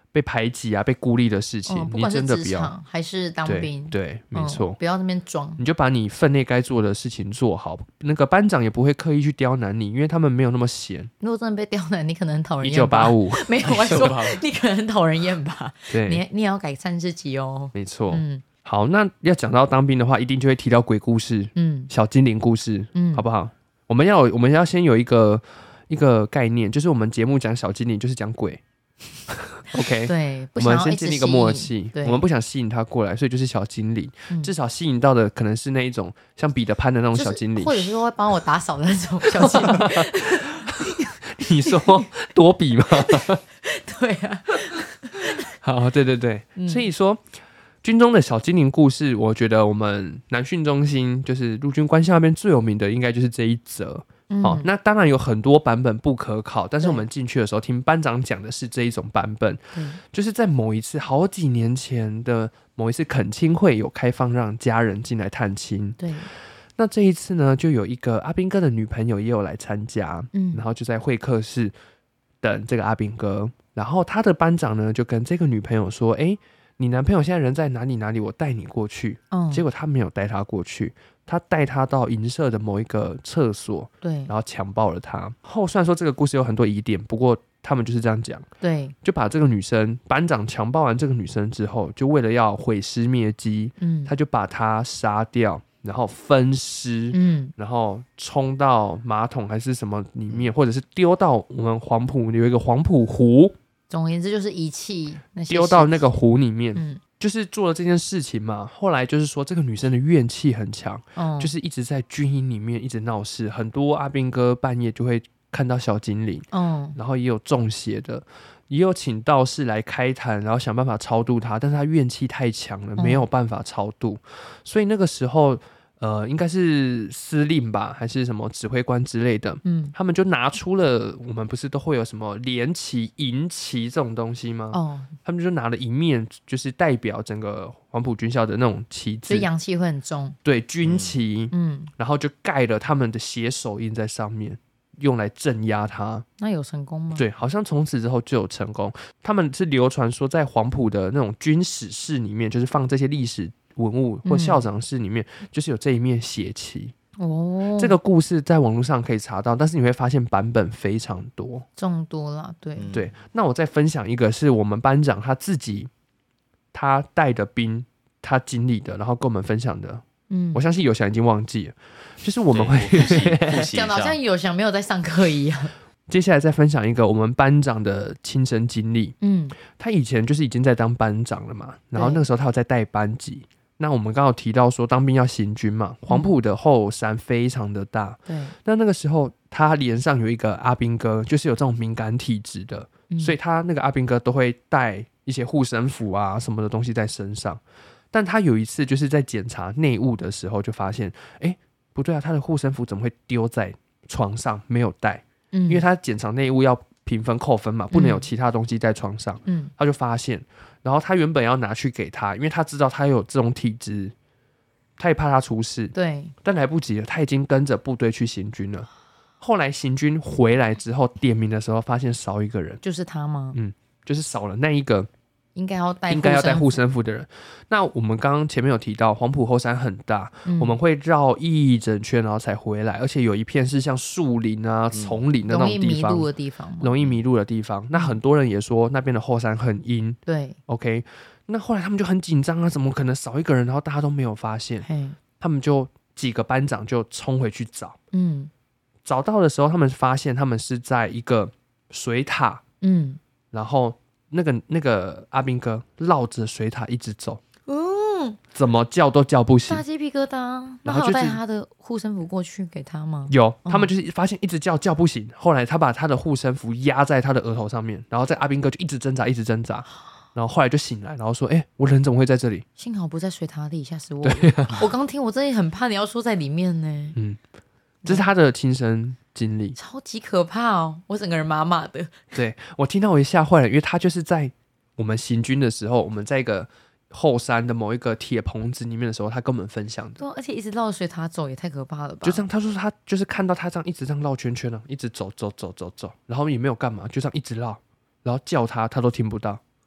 被排挤啊、被孤立的事情， 嗯、 你真的不要， 还是当兵， 对，对没错、 嗯，不要那边装， 你就把你分内该做的事情做好。那个班长也不会刻意去刁难你，因为他们没有那么闲。 如果真的被刁难，你可能很讨人厌吧。 一九八五， 没有我说，你可能很讨人厌吧？ 对， 你你也要改善自己哦。 没错， 嗯， 好，那要讲到当兵的话，一定就会提到鬼故事，嗯，小精灵故事，嗯，好不好？我们要我们要先有一个一个概念，就是我们节目讲小精灵就是讲鬼。OK， 对， 我们先建立一个默契，我们不想吸引他过来，所以就是小精灵、嗯，至少吸引到的可能是那一种像彼得潘的那种小精灵， 就是、或者是说会帮我打扫的那种小精灵。 你说多比吗？ 对啊， 好，对对对，嗯、所以说军中的小精灵故事，我觉得我们南训中心就是陆军官校那边最有名的，应该就是这一则。嗯哦、那当然有很多版本不可考，但是我们进去的时候听班长讲的是这一种版本，就是在某一次好几年前的某一次恳亲会有开放让家人进来探亲， 对， 那这一次呢就有一个阿兵哥的女朋友也有来参加、嗯、然后就在会客室等这个阿兵哥，然后他的班长呢就跟这个女朋友说，哎，你男朋友现在人在哪里哪里，我带你过去、嗯、结果他没有带他过去，他带他到营舍的某一个厕所，对，然后强暴了他。后虽然说这个故事有很多疑点，不过他们就是这样讲，对，就把这个女生班长强暴完这个女生之后，就为了要毁尸灭迹，嗯，他就把她杀掉，然后分尸，嗯，然后冲到马桶还是什么里面，或者是丢到我们黄埔有一个黄埔湖， 总而言之就是遗弃那些丢到那个湖里面，嗯。就是做了这件事情嘛，后来就是说这个女生的怨气很强、嗯、就是一直在军营里面一直闹事，很多阿兵哥半夜就会看到小精灵、嗯、然后也有中邪的，也有请道士来开坛，然后想办法超度他，但是他怨气太强了，没有办法超度、嗯、所以那个时候呃，应该是司令吧，还是什么指挥官之类的，嗯，他们就拿出了我们不是都会有什么连旗、银旗这种东西吗？哦，他们就拿了一面，就是代表整个黄埔军校的那种旗帜， 就阳气会很重， 对，军旗，嗯，然后就盖了他们的血手印在上面，用来镇压他。 那有成功吗？ 对，好像从此之后就有成功。他们是流传说，在黄埔的那种军史室里面，就是放这些历史文物或校长室里面、嗯、就是有这一面血旗哦。这个故事在网络上可以查到，但是你会发现版本非常多， 众多啦，对、 嗯、对。那我再分享一个是我们班长他自己他带的兵他经历的，然后跟我们分享的。嗯，我相信有翔已经忘记了，就是我们会讲的好像有翔没有在上课一样。 接下来再分享一个我们班长的亲身经历。嗯，他以前就是已经在当班长了嘛，然后那个时候他有在带班级。那我们刚好提到说当兵要行军嘛，黄埔的后山非常的大，对、嗯。那那个时候他连上有一个阿兵哥，就是有这种敏感体质的、嗯，所以他那个阿兵哥都会带一些护身符啊什么的东西在身上。但他有一次就是在检查内务的时候，就发现，哎，不对啊，他的护身符怎么会丢在床上没有带？嗯，因为他检查内务要评分扣分嘛，不能有其他东西在床上。嗯，他就发现。然后他原本要拿去给他，因为他知道他有这种体质，他也怕他出事，对，但来不及了，他已经跟着部队去行军了。后来行军回来之后点名的时候，发现少一个人， 就是他吗？ 嗯，就是少了那一个应该要带应该要带护身符的人。那我们刚刚前面有提到黄埔后山很大、嗯、我们会绕一整圈然后才回来，而且有一片是像树林啊、丛、嗯、林的那种地方，容易迷路的地方容易迷路的地方。那很多人也说那边的后山很阴，对 OK。 那后来他们就很紧张啊，怎么可能少一个人然后大家都没有发现？他们就几个班长就冲回去找，嗯，找到的时候他们发现他们是在一个水塔，嗯，然后那个那个阿兵哥绕着水塔一直走，嗯，怎么叫都叫不醒， 大鸡皮疙瘩。那他有带他的护身符过去给他吗？ 有，他们就是发现一直叫叫不醒，后来他把他的护身符压在他的额头上面，然后在阿兵哥就一直挣扎一直挣扎，然后后来就醒来，然后说：“哎、欸，我人怎么会在这里？幸好不在水塔底，吓死我！我刚听，我真的很怕你要说在里面呢。”嗯， 这是他的亲身经历， 超级可怕哦！我整个人麻麻的。 对，我听到我也吓坏了，因为他就是在我们行军的时候，我们在一个后山的某一个铁棚子里面的时候，他跟我们分享的。 对，而且一直绕着水塔走，也太可怕了吧？ 就这样，他说他就是看到他这样一直这样绕圈圈啊，一直走走走走走，然后也没有干嘛，就这样一直绕，然后叫他他都听不到。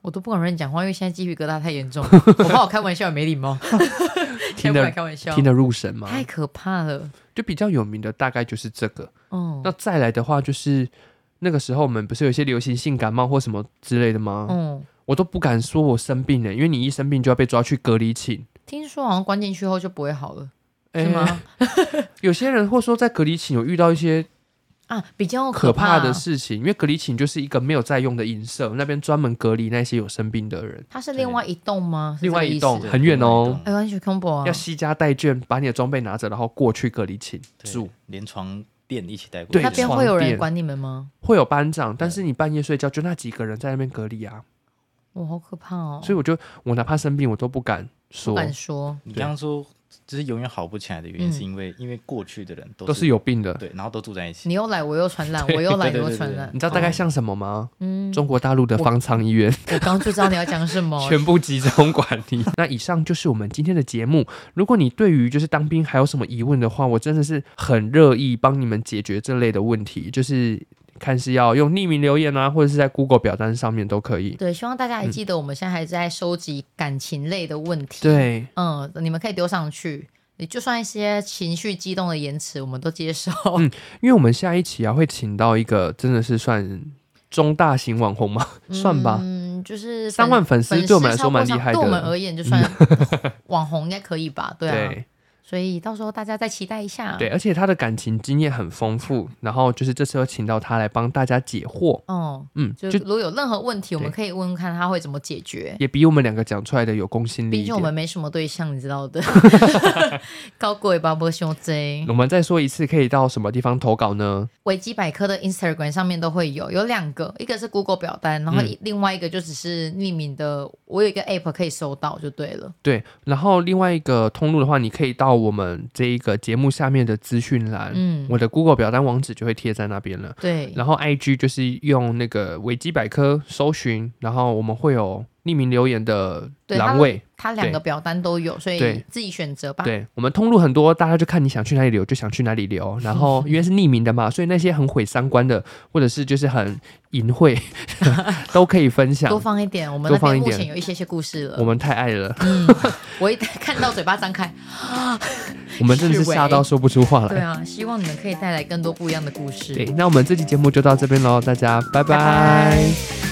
我都不敢乱讲话，因为现在鸡皮疙瘩太严重了，我怕我开玩笑也没礼貌。 听得开玩笑， 听得入神吗？ 太可怕了。 就比较有名的大概就是这个。 哦， 那再来的话就是那个时候我们不是有一些流行性感冒或什么之类的吗？嗯，我都不敢说我生病了，因为你一生病就要被抓去隔离寝。 听说好像关进去后就不会好了，是吗？ 有些人或说在隔离寝有遇到一些啊比较可怕的事情，因为隔离寝就是一个没有在用的营舍，那边专门隔离那些有生病的人。 它是另外一栋吗？ 另外一栋很远哦， 哎，完全恐怖啊！ 要携家带眷，把你的装备拿着，然后过去隔离寝住， 连床垫一起带过去。 那边会有人管你们吗？ 会有班长，但是你半夜睡觉就那几个人在那边隔离啊。 哇，好可怕哦！ 所以我就我哪怕生病我都不敢说， 不敢说。 你刚刚说就是永远好不起来的原因，是因为、嗯、因为过去的人都 是, 都是有病的， 对，然后都住在一起。 你又来我又传染，我又来我又传染。 你知道大概像什么吗？嗯，中国大陆的方舱医院。 我刚刚就知道你要讲什么， 全部集中管理。那以上就是我们今天的节目。如果你对于就是当兵还有什么疑问的话，我真的是很乐意帮你们解决这类的问题，就是看是要用匿名留言啊，或者是在 Google 表单上面都可以。 对，希望大家也记得我们现在还在收集感情类的问题。 对， 嗯，你们可以丢上去，你就算一些情绪激动的言辞我们都接受。 嗯，因为我们下一期啊会请到一个真的是算中大型网红吗？嗯、算吧， 嗯，就是三万粉丝对我们来说蛮厉害的， 对我们而言就算网红应该可以吧？对啊。 对， 所以到时候大家再期待一下。 对，而且他的感情经验很丰富，然后就是这次有请到他来帮大家解惑。 哦，嗯，就如果有任何问题，我们可以问问看他会怎么解决， 也比我们两个讲出来的有公信力一点。 毕竟我们没什么对象，你知道的。高贵吧，不胸贼。 我们再说一次，可以到什么地方投稿呢？ 维基百科的 Instagram 上面都会有，有两个，一个是 Google 表单，然后另外一个就只是匿名的，我有一个 App 可以收到就对了。 对，然后另外一个通路的话，你可以到我们这一个节目下面的资讯栏，嗯，我的 Google 表单网址就会贴在那边了。 对， 然后 I G 就是用那个维基百科搜寻，然后我们会有匿名留言的栏位， 它两个表单都有，所以自己选择吧。 对，我们通路很多，大家就看你想去哪里留就想去哪里留，然后因为是匿名的嘛，所以那些很毁三观的或者是就是很淫秽都可以分享， 多放一点。我们那边目前有一些些故事了， 我们太爱了。 嗯，我一看到嘴巴张开我们真的是吓到说不出话来。 对啊，希望你们可以带来更多不一样的故事。 对，那我们这期节目就到这边咯，大家拜拜。 拜拜。